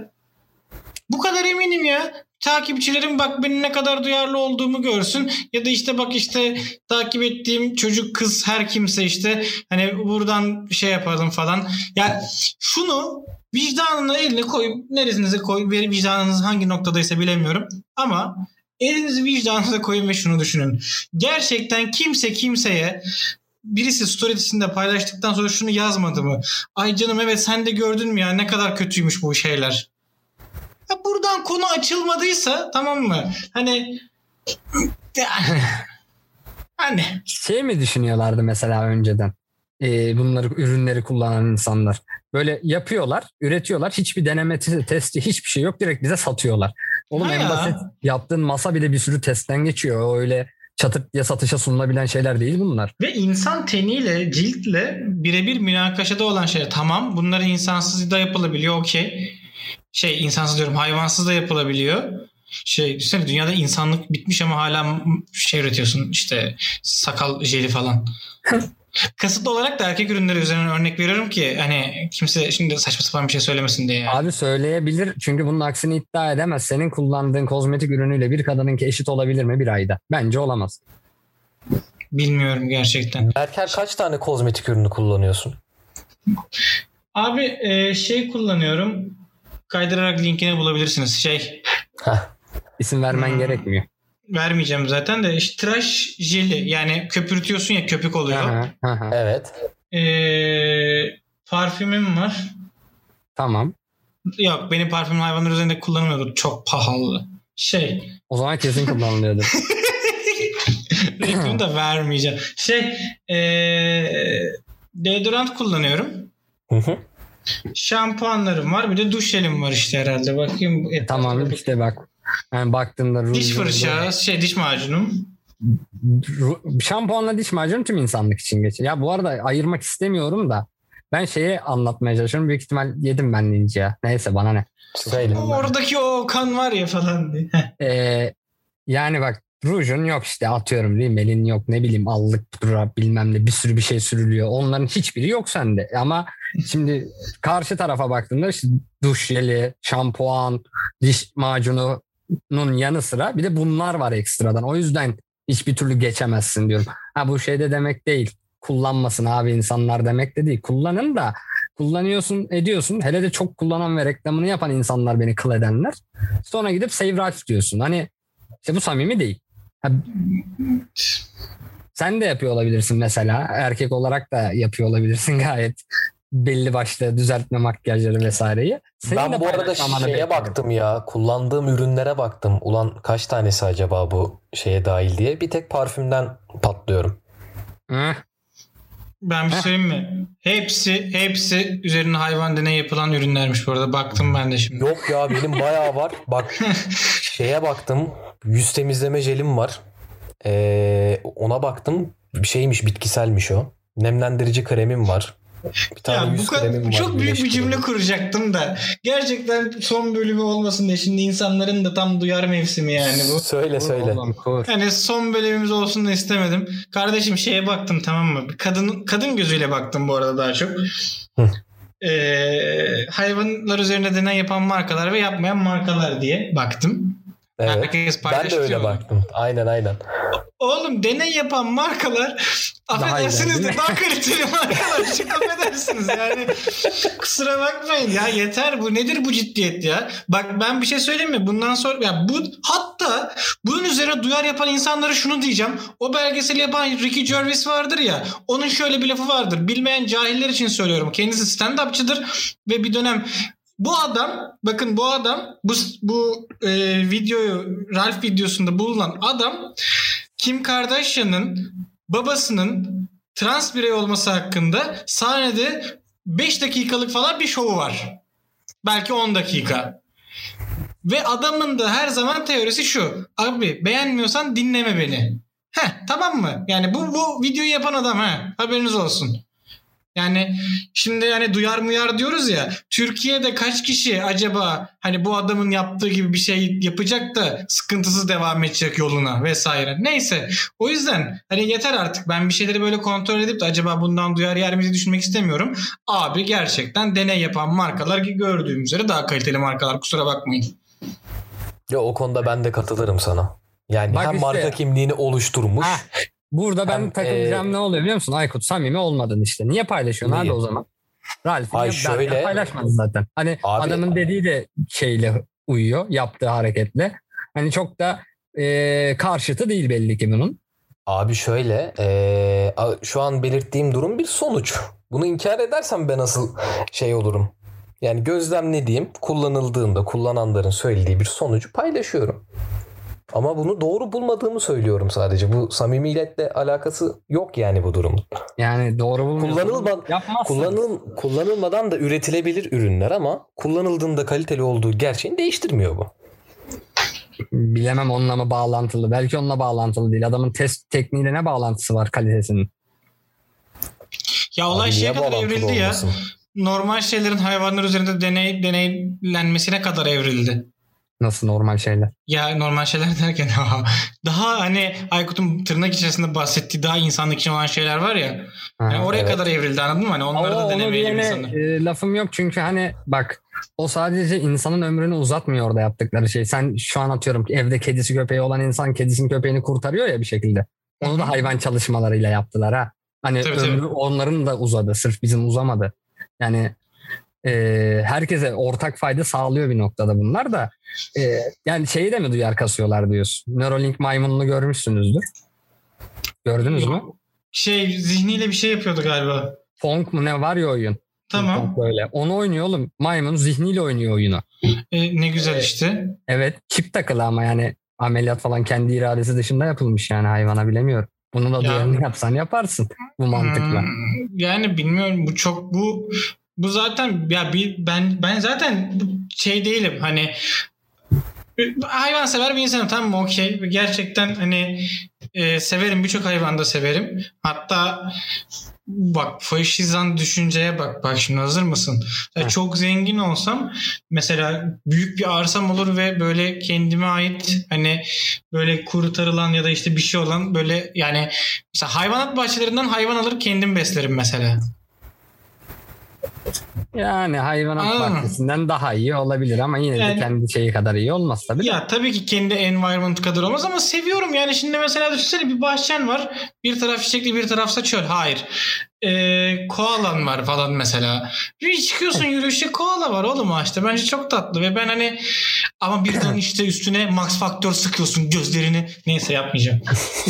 Bu kadar eminim ya. Takipçilerim bak benim ne kadar duyarlı olduğumu görsün. Ya da işte bak işte takip ettiğim çocuk, kız, her kimse işte hani buradan şey yapalım falan. Ya şunu vicdanına eline koy, neresinize koy, vicdanınız hangi noktadaysa bilemiyorum. Ama elinizi vicdanınıza koyun ve şunu düşünün. Gerçekten kimse kimseye, birisi storiesinde paylaştıktan sonra şunu yazmadı mı? Ay canım evet sen de gördün mü ya ne kadar kötüymüş bu şeyler. Ya buradan konu açılmadıysa tamam mı? Hani hani Şey mi düşünüyorlardı mesela önceden? Ee, bunları, ürünleri kullanan insanlar. Böyle yapıyorlar, üretiyorlar. Hiçbir deneme testi, hiçbir şey yok. Direkt bize satıyorlar. Oğlum Ha en ya. basit yaptığın masa bile bir sürü testten geçiyor. Öyle çatırt diye satışa sunulabilen şeyler değil bunlar. ve insan teniyle, ciltle birebir münakaşada olan şeyler. Tamam bunları insansız da yapılabiliyor okey. Şey insansız diyorum hayvansız da yapılabiliyor. Şey düşünsene dünyada insanlık bitmiş ama hala şey üretiyorsun işte sakal jeli falan. Kasıtlı olarak da erkek ürünleri üzerinden örnek veriyorum ki hani kimse şimdi saçma sapan bir şey söylemesin diye. Yani. Abi söyleyebilir çünkü bunun aksini iddia edemez. Senin kullandığın kozmetik ürünüyle bir kadınınki eşit olabilir mi bir ayda? Bence olamaz. Bilmiyorum gerçekten. Berker kaç tane kozmetik ürünü kullanıyorsun? Abi e, şey kullanıyorum. Kaydırarak linkini bulabilirsiniz. Şey Heh. İsim vermen Hmm. gerekmiyor. vermeyeceğim zaten de işte tıraş jeli yani köpürtüyorsun ya köpük oluyor. Aha, aha. Evet. E, parfümüm var. Tamam. Yok benim parfümüm hayvanlar üzerinde kullanılmıyordu. Çok pahalı. Şey O zaman kesin kullanılıyordu. reklamı da vermeyeceğim. Şey ee, Deodorant kullanıyorum. Hı hı. Şampuanlarım var. Bir de duş jelim var işte herhalde. Bakayım. E, tamam işte bak. Yani baktığında diş fırça, şey diş macunum. Şampuanla diş macunu tüm insanlık için geçiyor. Ya bu arada ayırmak istemiyorum da ben şeyi anlatmaya çalışıyorum. Büyük ihtimal yedim ben linci ya. Neyse bana ne. Söyle. Oradaki o kan var ya falan diye. ee, yani bak rujun yok işte atıyorum rimelin yok ne bileyim allık pudra bilmem ne bir sürü bir şey sürülüyor. Onların hiçbiri yok sende. Ama şimdi karşı tarafa baktığında işte duş jeli, şampuan, diş macununun yanı sıra bir de bunlar var ekstradan. O yüzden hiçbir türlü geçemezsin diyorum. Ha bu şey de demek değil. Kullanmasın abi insanlar demek de değil. Kullanın da kullanıyorsun ediyorsun. Hele de çok kullanan ve reklamını yapan insanlar beni kıl edenler. Sonra gidip save life diyorsun. Hani işte bu samimi değil. Ha, sen de yapıyor olabilirsin mesela. Erkek olarak da yapıyor olabilirsin gayet. Belli başlı düzeltme makyajları vesaireyi. Senin ben bu arada şeye baktım ya. Kullandığım ürünlere baktım. Ulan kaç tanesi acaba bu şeye dahil diye. Bir tek parfümden patlıyorum. Hı. Ben bir söyleyeyim mi? Hepsi hepsi üzerine hayvan deney yapılan ürünlermiş bu arada. Baktım ben de şimdi. Yok ya benim bayağı var. Bak şeye baktım. Yüz temizleme jelim var. Ee, ona baktım. Bir şeymiş bitkiselmiş o. Nemlendirici kremim var. Bir tane ya yüz bu kadar, kremim var. çok büyük bir cümle kremi. kuracaktım da gerçekten son bölümü olmasın diye şimdi insanların da tam duyar mevsimi yani bu. Söyle söyle. Hani son bölümümüz olsun da istemedim. Kardeşim şeye baktım tamam mı? Kadın kadın gözüyle baktım bu arada daha çok. ee, hayvanlar üzerine deney yapan markalar ve yapmayan markalar diye baktım. Evet. Ben de öyle baktım. Aynen aynen. Oğlum deney yapan markalar affedersiniz de daha kaliteli markalar. Çok affedersiniz yani. Kusura bakmayın ya yeter bu. Nedir bu ciddiyet ya? Bak ben bir şey söyleyeyim mi? Bundan sonra ya bu hatta bunun üzerine duyar yapan insanlara şunu diyeceğim. O belgeseli yapan Ricky Gervais vardır ya. Onun şöyle bir lafı vardır. Bilmeyen cahiller için söylüyorum. Kendisi stand-upçıdır ve bir dönem bu adam bakın bu adam bu bu e, videoyu Ralph videosunda bulunan adam Kim Kardashian'ın babasının trans birey olması hakkında sahnede beş dakikalık falan bir şovu var. Belki on dakika. Ve adamın da her zaman teorisi şu. Abi beğenmiyorsan dinleme beni. Heh tamam mı? Yani bu bu videoyu yapan adam ha. Haberiniz olsun. Yani şimdi yani duyar muyar diyoruz ya. Türkiye'de kaç kişi acaba hani bu adamın yaptığı gibi bir şey yapacak da sıkıntısız devam edecek yoluna vesaire. Neyse. O yüzden hani yeter artık. Ben bir şeyleri böyle kontrol edip de acaba bundan duyar yer miyiz düşünmek istemiyorum. Abi gerçekten deney yapan markalar gördüğüm üzere daha kaliteli markalar. Kusura bakmayın. Ya o konuda ben de katılırım sana. Yani Bak hem işte, marka kimliğini oluşturmuş. Ha. Burada ben hem, takılacağım e, ne oluyor biliyor musun? Aykut samimi olmadın işte. Niye paylaşıyorsun abi o zaman? Ralph'in şöyle paylaşmadı zaten. Hani abi, adamın dediği de şeyle uyuyor. Yaptığı hareketle. Hani çok da e, karşıtı değil belli ki bunun. Abi şöyle e, şu an belirttiğim durum bir sonuç. Bunu inkar edersem ben asıl şey olurum. Yani gözlemlediğim kullanıldığında kullananların söylediği bir sonucu paylaşıyorum. Ama bunu doğru bulmadığımı söylüyorum sadece. Bu samimiyetle alakası yok yani bu durumun. Yani doğru bulmuyorsun. Kullanıl, kullanılmadan da üretilebilir ürünler ama kullanıldığında kaliteli olduğu gerçeğini değiştirmiyor bu. Bilemem onunla mı bağlantılı. Belki onunla bağlantılı değil. Adamın test tekniğiyle ne bağlantısı var kalitesinin? Ya olay şeye kadar evrildi ya. Olmasın? Normal şeylerin hayvanlar üzerinde deney deneylenmesine kadar evrildi. Nasıl normal şeyler? Ya normal şeyler derken daha hani Aykut'un tırnak içerisinde bahsettiği daha insanlık için olan şeyler var ya. Aha, yani oraya evet. kadar evrildi anladın mı? Hani onları Ama da denemeyelim insanlar. E, lafım yok çünkü hani bak o sadece insanın ömrünü uzatmıyor orada yaptıkları şey. Sen şu an atıyorum evde kedisi köpeği olan insan kedisinin köpeğini kurtarıyor ya bir şekilde. Onu da hayvan çalışmalarıyla yaptılar ha. Hani tabii, ömrü tabii. Onların da uzadı. Sırf bizim uzamadı. Yani e, herkese ortak fayda sağlıyor bir noktada bunlar da. E, yani şeyi de mi duyar kasıyorlar diyorsun? Neuralink maymununu görmüşsünüzdür. Gördünüz mü? Şey zihniyle bir şey yapıyordu galiba. Fonk mu ne var ya oyun. Tamam. Fonk böyle. Onu oynuyor oğlum. Maymun zihniyle oynuyor oyunu. E, ne güzel e, işte. Evet. Çip takılı ama yani ameliyat falan kendi iradesi dışında yapılmış yani hayvana bilemiyorum. Bunu da Ya- duyarını yapsan yaparsın bu mantıkla. Hmm, yani bilmiyorum, bu çok bu bu zaten ya bir, ben ben zaten bu şey değilim hani, hayvansever bir insanım, tamam mı, okey, gerçekten hani e, severim, birçok hayvan da severim, hatta bak faşizan düşünceye bak bak şimdi, hazır mısın? Ya çok zengin olsam mesela, büyük bir arsam olur ve böyle kendime ait hani böyle kurtarılan ya da işte bir şey olan böyle, yani mesela hayvanat bahçelerinden hayvan alır kendim beslerim mesela. Yani hayvanat Anladın mı? bahçesinden daha iyi olabilir ama yine Yani- de kendi şeyi kadar iyi olmaz tabii de. Ya tabii ki kendi environment kadar olmaz ama seviyorum yani. Şimdi mesela düşünsene, bir bahçen var, bir taraf çiçekli bir tarafsa çöl. Hayır. Ee, koalan var falan mesela. Bir çıkıyorsun yürüyüşe, koala var oğlum ağaçta. Bence çok tatlı ve ben hani, ama birden işte üstüne Max Faktör sıkıyorsun gözlerini. Neyse, yapmayacağım.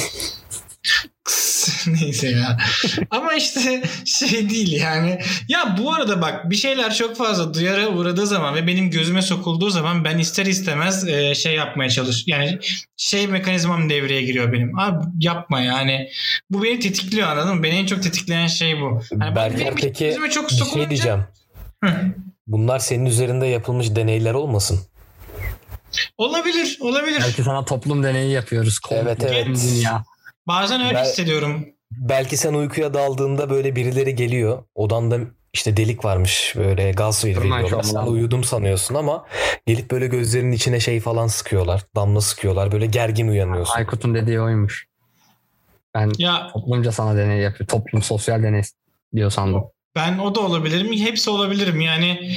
Neyse ya. Ama işte şey değil yani. Ya bu arada bak, bir şeyler çok fazla duyara uğradığı zaman ve benim gözüme sokulduğu zaman ben ister istemez e, şey yapmaya çalış. Yani şey mekanizmam devreye giriyor benim. Abi yapma yani. Bu beni tetikliyor, anladın mı? Beni en çok tetikleyen şey bu. Yani Berker, benim peki gözüme çok bir şey sokulunca- diyeceğim. Hı. Bunlar senin üzerinde yapılmış deneyler olmasın? Olabilir, olabilir. Belki sana toplum deneyi yapıyoruz. Evet, evet. Dünya. Bazen öyle Ben- hissediyorum. Belki sen uykuya daldığında böyle birileri geliyor. Odanda işte delik varmış, böyle gaz veriyorlar. şovunu Sen aldım. uyudum sanıyorsun ama gelip böyle gözlerinin içine şey falan sıkıyorlar. Damla sıkıyorlar. Böyle gergin uyanıyorsun. Aykut'un dediği oymuş. Ben Ya toplumca sana deney yapıyor. Toplum sosyal deney diyor sandım. ben o da olabilirim. Hepsi olabilirim yani.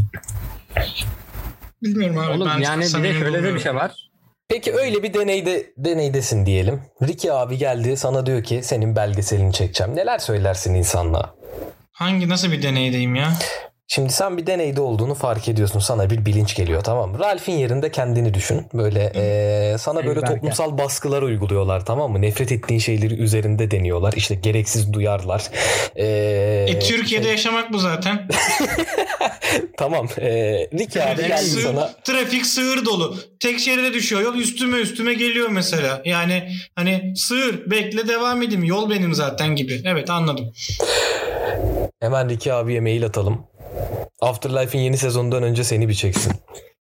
Bilmiyorum abi. Oğlum ben yani bir de samimi şöyle de bir bulmuyorum. şey var. Peki öyle bir deneyde deneydesin diyelim. Ricky abi geldi sana diyor ki senin belgeselini çekeceğim. Neler söylersin insanlığa? Hangi, nasıl bir deneydeyim ya? Şimdi sen bir deneyde olduğunu fark ediyorsun. Sana bir bilinç geliyor, tamam mı? Ralph'in yerinde kendini düşün. Böyle eee, sana böyle Berker. toplumsal baskılar uyguluyorlar, tamam mı? Nefret ettiğin şeyleri üzerinde deniyorlar. İşte gereksiz duyarlar. Eee, E, Türkiye'de şey- yaşamak bu zaten. Tamam. Eee Ricky abi Trafik, geldi sığır, sana. trafik sığır dolu. Tek şeride düşüyor yol, üstüme üstüme geliyor mesela. Yani hani sığır, bekle devam edeyim, yol benim zaten gibi. Evet, anladım. Hemen Ricky abiye mail atalım. Afterlife'in yeni sezonundan önce seni bir çeksin.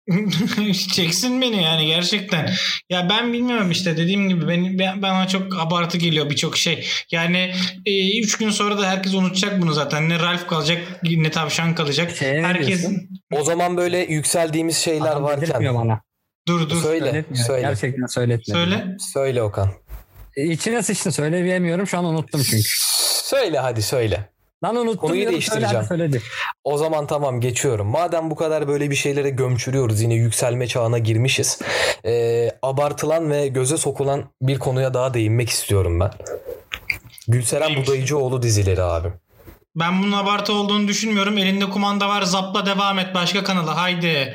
Çeksin beni yani, gerçekten. Ya ben bilmiyorum işte, dediğim gibi ben, ben- bana çok abartı geliyor birçok şey. Yani e, üç gün sonra da herkes unutacak bunu zaten. Ne Ralph kalacak ne tavşan kalacak. Şeye ne Herkes diyorsun? O zaman böyle yükseldiğimiz şeyler Adam dedirtmiyor varken. bana. dur dur Söyle, Söyletmiyor. söyle. Gerçekten söyletmedi. söyle. Söyle Okan. E, İçine sıçtı, söyleyemiyorum şu an, unuttum çünkü. Söyle hadi söyle. Lan unuttum. Konuyu diyorum, değiştireceğim. söyle, hadi söyledi. O zaman tamam, geçiyorum. Madem bu kadar böyle bir şeylere gömçürüyoruz, yine yükselme çağına girmişiz. Ee, abartılan ve göze sokulan bir konuya daha değinmek istiyorum ben. Gülseren Neymiş? Budayıcıoğlu dizileri abi. Ben bunun abartı olduğunu düşünmüyorum. Elinde kumanda var, zapla devam et başka kanala, haydi.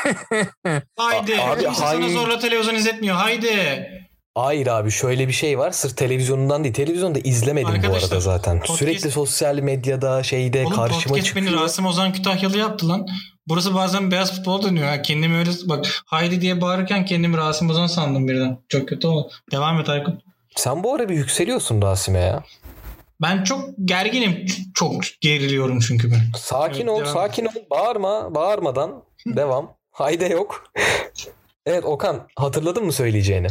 Haydi. Abi, Kimse sana hayır. zorla televizyon izletmiyor, haydi. Hayır abi, şöyle bir şey var. Sırf televizyonundan değil. Televizyonda izlemedim bu Arkadaşlar, arada zaten. podcast- Sürekli sosyal medyada şeyde Oğlum karşıma podcast beni çıkıyor. Rasim Ozan Kütahyalı yaptı lan. Burası bazen beyaz futbol dönüyor. Ha. Kendimi öyle bak, haydi diye bağırırken kendimi Rasim Ozan sandım birden. Çok kötü oldu. Devam et Aykut. Sen bu ara bir yükseliyorsun Rasim'e ya. Ben çok gerginim. Çok geriliyorum çünkü ben. Sakin Evet, ol, devam. sakin ol. Bağırma, bağırmadan. Devam. Hayde yok. Evet Okan, hatırladın mı söyleyeceğini?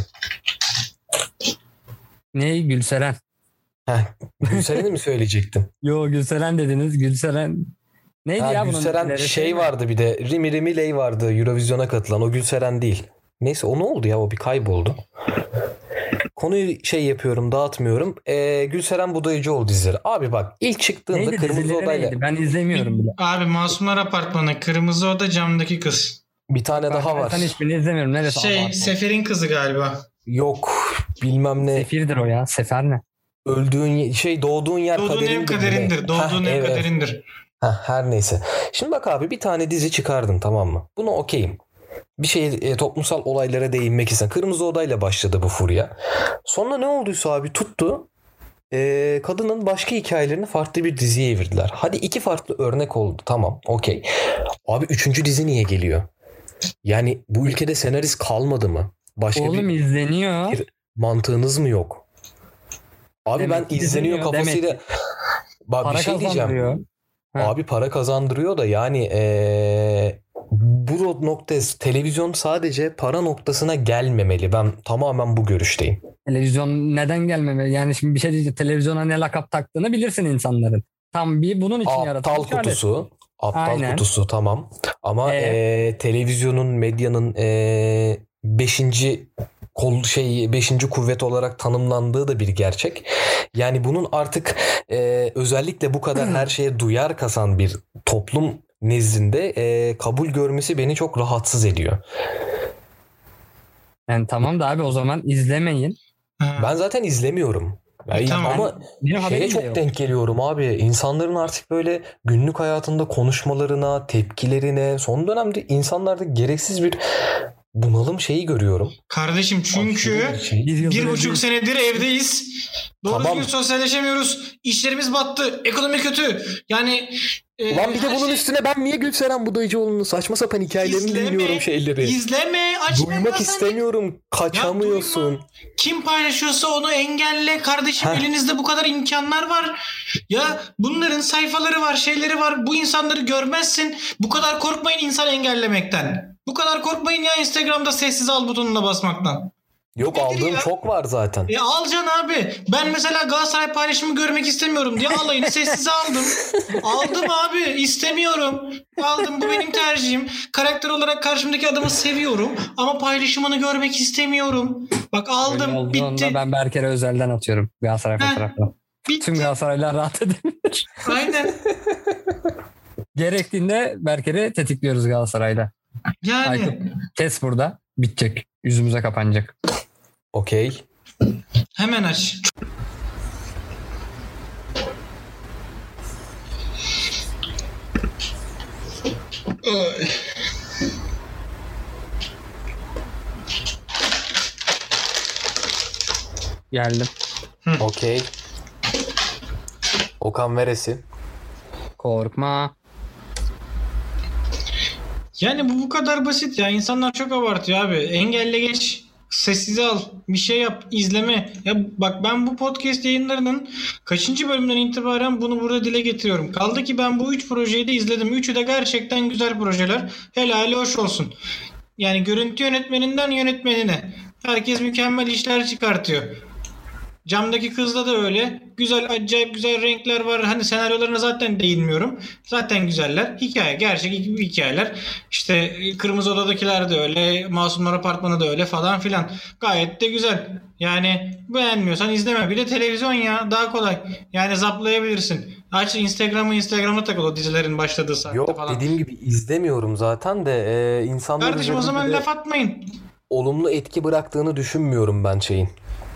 Ne? Gülseren. Heh, Gülseren'i mi söyleyecektin? Yo, Gülseren dediniz. Gülseren. Neydi Ha, ya bunun? Gülseren isimleri? şey vardı bir de. Rimi Rimi Ley vardı Eurovision'a katılan. O Gülseren değil. Neyse, o ne oldu ya? O bir kayboldu. Konuyu şey yapıyorum, dağıtmıyorum. Ee, Gülseren Budayıcıoğlu dizileri. Abi bak, ilk çıktığında Neydi? Kırmızı Dizileri Oda'yla neydi? Ben izlemiyorum bile. Abi Masumlar Apartmanı, Kırmızı Oda, Camdaki Kız. bir tane daha var. Ben hiçbirini izlemiyorum. Neresi? Şey, Abartma. Sefer'in kızı galiba. Yok, bilmem ne. Sefirdir o ya. Sefer ne? Öldüğün ye- şey doğduğun yer Doğduğun ev kaderindir. kaderindir. mi? Doğduğun Heh, ev evet. kaderindir. Heh, her neyse. Şimdi bak abi, bir tane dizi çıkardın, tamam mı? Buna okeyim. Bir şey e, toplumsal olaylara değinmek istedim. Kırmızı Oda'yla başladı bu furya. Sonra ne olduysa abi tuttu. E, kadının başka hikayelerini farklı bir diziye evirdiler. Hadi iki farklı örnek oldu. Tamam, okey. Abi üçüncü dizi niye geliyor? Yani bu ülkede senarist kalmadı mı? Başka Oğlum bir izleniyor. mantığınız mı yok? Abi Demek ben izleniyor izleniyor, kafasıyla demek bak para bir şey diyeceğim. kazandırıyor. Ha. Abi para kazandırıyor da yani ee, bu nokta televizyon sadece para noktasına gelmemeli. Ben tamamen bu görüşteyim. Televizyon neden gelmemeli? Yani şimdi bir şey diyeceğim. Televizyona ne lakap taktığını bilirsin insanların. Tam bir bunun için Aptal yaratılmış alet. kutusu. Aptal Aynen. kutusu tamam. Ama Ee? ee, televizyonun, medyanın ee, beşinci kol şey beşinci kuvvet olarak tanımlandığı da bir gerçek. Yani bunun artık ee, özellikle bu kadar her şeye duyar kasan bir toplum nezdinde ee, kabul görmesi beni çok rahatsız ediyor. Yani tamam da abi o zaman izlemeyin. Ha. Ben zaten izlemiyorum. Yani Tamam. ama Benim haberim şeye bile çok yok. denk geliyorum abi. İnsanların artık böyle günlük hayatında konuşmalarına, tepkilerine, son dönemde insanlarda gereksiz bir bunalım şeyi görüyorum. Kardeşim çünkü Aşırı bir şey. Bir, bir buçuk senedir evdeyiz. Doğru Tamam. düzgün sosyalleşemiyoruz. İşlerimiz battı. Ekonomi kötü. Yani e, Ulan bir de her bunun şey- üstüne ben niye Gülseren Budayıcıoğlu'nun saçma sapan hikayelerini İzleme, dinliyorum şeyleri. İzleme, açma. Duymak bazen- istemiyorum. Kaçamıyorsun. duyma. Kim paylaşıyorsa onu engelle kardeşim. Heh. Elinizde bu kadar imkanlar var. Ya bunların sayfaları var, şeyleri var. Bu insanları görmezsin. Bu kadar korkmayın insan engellemekten. Bu kadar korkmayın ya Instagram'da sessiz al butonuna basmaktan. Yok Nedir aldığım ya? çok var zaten. E alacaksın abi. Ben mesela Galatasaray paylaşımı görmek istemiyorum diye alayını sessize aldım. Aldım abi. İstemiyorum. Aldım. Bu benim tercihim. Karakter olarak karşımdaki adamı seviyorum. Ama paylaşımını görmek istemiyorum. Bak Öyle aldım. olduğunda Bitti. ben Berker'e özelden atıyorum Galatasaray Heh. fotoğrafını. Tüm Bitti. Galatasaraylılar rahat edebilir. Aynen. Gerektiğinde Berker'i tetikliyoruz Galatasaray'da. Yani. Aykut kes burada. Bitecek. Yüzümüze kapanacak. Okey. Hemen aç. Ay. Geldim. Okey. Okan Veresi. Korkma. Yani bu bu kadar basit ya. İnsanlar çok abartıyor abi. Engelle geç. Sessize al. Bir şey yap. İzleme. Ya bak ben bu podcast yayınlarının kaçıncı bölümden itibaren bunu burada dile getiriyorum. Kaldı ki ben bu üç projeyi de izledim. Üçü de gerçekten güzel projeler. Helali hoş olsun. Yani görüntü yönetmeninden yönetmenine. Herkes mükemmel işler çıkartıyor. Camdaki kızda da öyle. Güzel, acayip güzel renkler var. Hani senaryolarına zaten değinmiyorum. Zaten güzeller. Hikaye, gerçek hikayeler. İşte Kırmızı Oda'dakiler de öyle. Masumlar Apartmanı da öyle falan filan. Gayet de güzel. Yani beğenmiyorsan izleme. Bir de televizyon ya. Daha kolay. Yani zaplayabilirsin. Aç Instagram'ı Instagram'a takıl o dizilerin başladığı saatte Yok falan. dediğim gibi izlemiyorum zaten de e, insanlar Kardeşim o üzerinde zaman de laf atmayın. olumlu etki bıraktığını düşünmüyorum ben şeyin.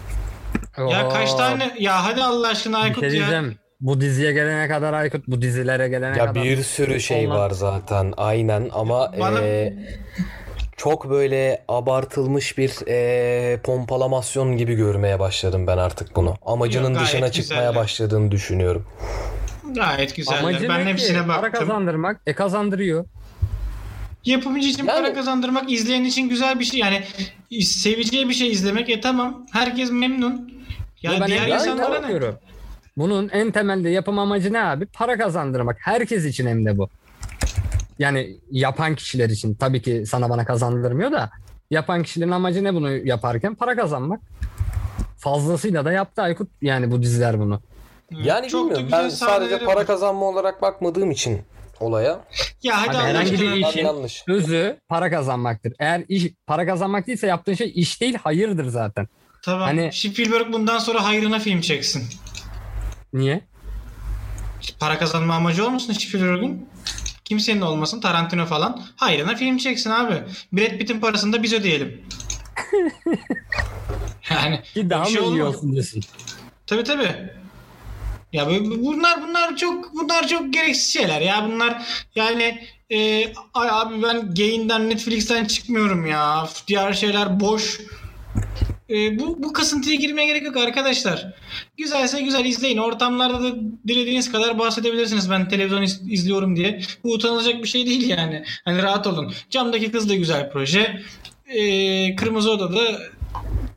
Ya Oo, kaç tane? Ya hadi Allah aşkına bir Aykut şey ya. diyeceğim. Bu diziye gelene kadar Aykut, bu dizilere gelene Ya kadar. bir sürü şey Ondan- var zaten aynen ama Bana- e, çok böyle abartılmış bir e, pompalamasyon gibi görmeye başladım ben artık bunu. Amacının Yok, gayet dışına çıkmaya güzeller. başladığını düşünüyorum. Gayet güzeller. Amacı Ben ne ki? hepsine Para baktım. kazandırmak. E kazandırıyor. Yapımcı için Yani- para kazandırmak, izleyen için güzel bir şey. Yani seveceği bir şey izlemek. E tamam. Herkes memnun. Ya Ya ben diğer en insanlara ne? bakıyorum. Bunun en temelde yapım amacı ne abi? Para kazandırmak. Herkes için hem de bu. Yani yapan kişiler için. Tabii ki sana bana kazandırmıyor da. Yapan kişilerin amacı ne bunu yaparken? Para kazanmak. Fazlasıyla da yaptı Aykut. Yani bu diziler bunu. Yani Çok da bilmiyorum güzel ben sadece sahneleri para var. kazanma olarak bakmadığım için olaya. Ya hadi Abi Allah herhangi aşkına. bir Ben işin yanlış. özü para kazanmaktır. Eğer iş para kazanmak değilse yaptığın şey iş değil, hayırdır zaten. Tamam. Hani- Spielberg bundan sonra hayrına film çeksin. Niye? Para kazanma amacı olmasın Spielberg'in? Kimsenin olmasın. Tarantino falan. Hayrına film çeksin abi. Brad Pitt'in parasını da biz ödeyelim. Yani Ki daha bir şey mı iyi olmaz. olsun diyorsun? Tabii tabii. Ya bu- bunlar bunlar çok bunlar çok gereksiz şeyler ya bunlar yani e, ay abi ben Gain'den Netflix'ten çıkmıyorum ya diğer şeyler boş. E, bu bu kasıntıya girmeye gerek yok arkadaşlar. Güzelse güzel izleyin. Ortamlarda da dilediğiniz kadar bahsedebilirsiniz ben televizyon iz- izliyorum diye. Bu utanılacak bir şey değil yani. Hani rahat olun. Camdaki Kız da güzel proje. E, Kırmızı Oda'da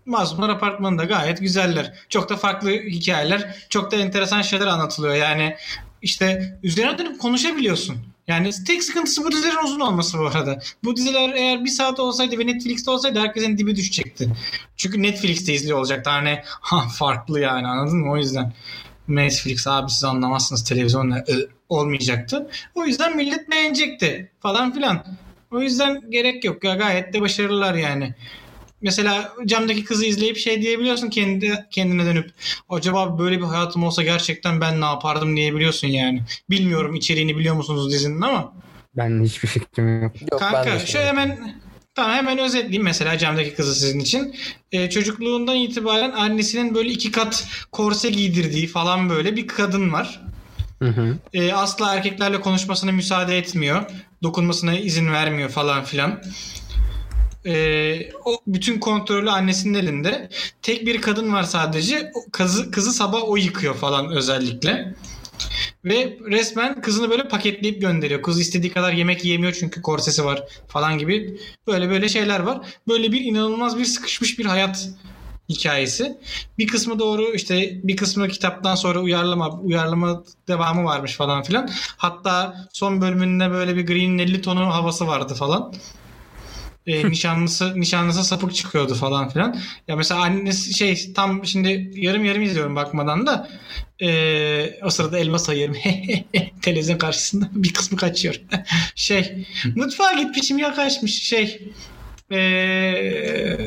Masumlar Apartmanı'nda gayet güzeller. Çok da farklı hikayeler, çok da enteresan şeyler anlatılıyor. Yani işte üzerine dönüp konuşabiliyorsun. Yani tek sıkıntısı bu dizilerin uzun olması bu arada. Bu diziler eğer bir saat olsaydı ve Netflix'te olsaydı herkesin dibi düşecekti. Çünkü Netflix'te izliyor olacaktı. Hani ha, farklı yani, anladın mı? O yüzden Netflix abi siz anlamazsınız televizyonla e, olmayacaktı. O yüzden millet beğenecekti falan filan. O yüzden gerek yok ya, gayet de başarılılar yani. Mesela camdaki kızı izleyip şey diyebiliyorsun kendi kendine dönüp, acaba böyle bir hayatım olsa gerçekten ben ne yapardım diyebiliyorsun yani. Bilmiyorum içeriğini biliyor musunuz dizinin ama. Ben hiçbir fikrim yok. Yok, Kanka şöyle hemen tamam hemen özetleyeyim mesela camdaki kızı sizin için. Ee, çocukluğundan itibaren annesinin böyle iki kat korse giydirdiği falan böyle bir kadın var. Hı hı. Ee, asla erkeklerle konuşmasına müsaade etmiyor. Dokunmasına izin vermiyor falan filan. Ee, o bütün kontrolü annesinin elinde. Tek bir kadın var sadece. O kızı, kızı sabah o yıkıyor falan özellikle. Ve resmen kızını böyle paketleyip gönderiyor. Kız istediği kadar yemek yiyemiyor çünkü korsesi var falan gibi. Böyle böyle şeyler var. Böyle bir inanılmaz bir sıkışmış bir hayat hikayesi. Bir kısmı doğru, işte bir kısmı kitaptan sonra uyarlama uyarlama devamı varmış falan filan. Hatta son bölümünde böyle bir Green'in elli tonu havası vardı falan. E, nişanlısı nişanlısı sapık çıkıyordu falan filan. Ya mesela annesi şey, tam şimdi yarım yarım izliyorum bakmadan da e, o sırada elma sayıyorum. Televizyon karşısında bir kısmı kaçıyor. şey mutfağa gitmişim ya, kaçmış şey e,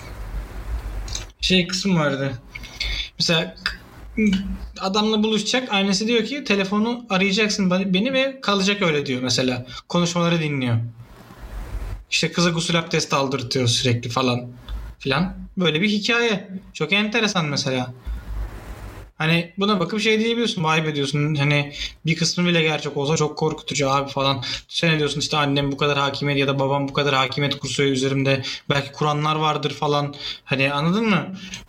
şey kısım vardı. Mesela adamla buluşacak, annesi diyor ki telefonu arayacaksın beni ve kalacak öyle diyor mesela. Konuşmaları dinliyor. İşte kıza gusül abdesti aldırtıyor sürekli falan filan. Böyle bir hikaye. Çok enteresan mesela. Hani buna bakıp şey diyebiliyorsun, vay be diyorsun. Hani bir kısmı bile gerçek olsa çok korkutucu abi falan. Sen diyorsun işte annem bu kadar hakimiyet ya da babam bu kadar hakimiyet kursuyor üzerimde. Belki Kur'anlar vardır falan. Hani anladın mı?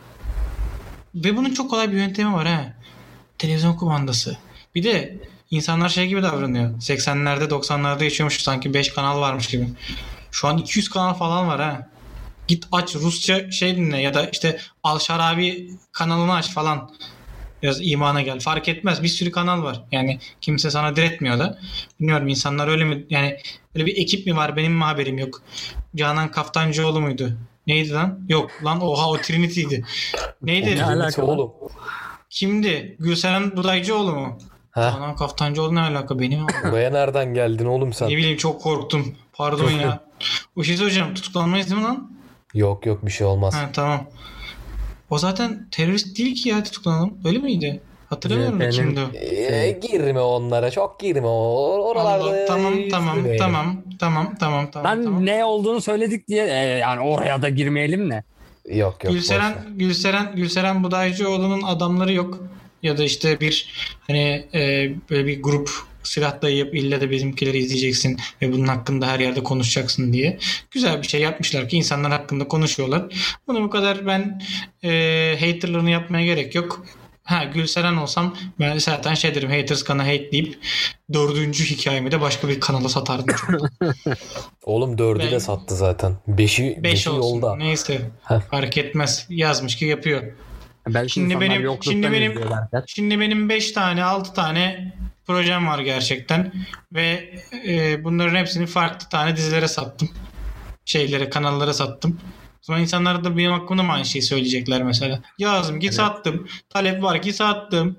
Ve bunun çok kolay bir yöntemi var ha. Televizyon kumandası. Bir de insanlar şey gibi davranıyor. seksenlerde doksanlarda yaşıyormuş sanki beş kanal varmış gibi. Şu an iki yüz kanal falan var ha. Git aç Rusça şey dinle ya da işte Al Şarabi kanalını aç falan. Biraz imana gel. Fark etmez. Bir sürü kanal var. Yani kimse sana diretmiyor da. Bilmiyorum insanlar öyle mi? Yani öyle bir ekip mi var? Benim mi haberim yok? Canan Kaftancıoğlu muydu? Neydi lan? Yok lan, oha o Trinity'ydi. Neydi? Ne alaka oğlum? Kimdi? Gülseren Budaycıoğlu mu? Canan Kaftancıoğlu ne alaka? Benim Buraya nereden geldin oğlum sen? Ne bileyim, çok korktum. Pardon ya. O şey söyleyeceğim. Tutuklanmayız değil mi lan? Yok yok, bir şey olmaz. Ha, tamam. O zaten terörist değil ki ya, tutuklanalım. Öyle miydi? Hatırlamıyorum da kimdi o. Ee, girme onlara, çok girme. O- Oralarda Allah, tamam tamam üzülmeyelim. tamam tamam tamam tamam. Ben tamam. ne olduğunu söyledik diye e, yani oraya da girmeyelim de. Yok yok. Gülseren boş ver. Gülseren Gülseren Budaycıoğlu'nun adamları yok. Ya da işte bir hani e, böyle bir grup silah dayayıp illa da bizimkileri izleyeceksin ve bunun hakkında her yerde konuşacaksın diye. Güzel bir şey yapmışlar ki insanlar hakkında konuşuyorlar. Bunu bu kadar ben e, haterlarını yapmaya gerek yok. Ha, Gülseren olsam ben zaten şey derim, haters gonna hate deyip dördüncü hikayemi de başka bir kanala satardım. Oğlum dördü Ben- de sattı zaten. Beşi, Beş beşi olsun yolda. neyse, Heh. fark etmez, yazmış ki yapıyor. Belki Şimdi insanlar benim yokluktan şimdi benim izliyorlarken. şimdi benim beş tane altı tane projem var gerçekten ve e, bunların hepsini farklı tane dizilere sattım. Şeylere, kanallara sattım. O zaman insanlar da benim hakkımda mı aynı şeyi söyleyecekler mesela? Yazdım ki sattım. Talep var ki sattım.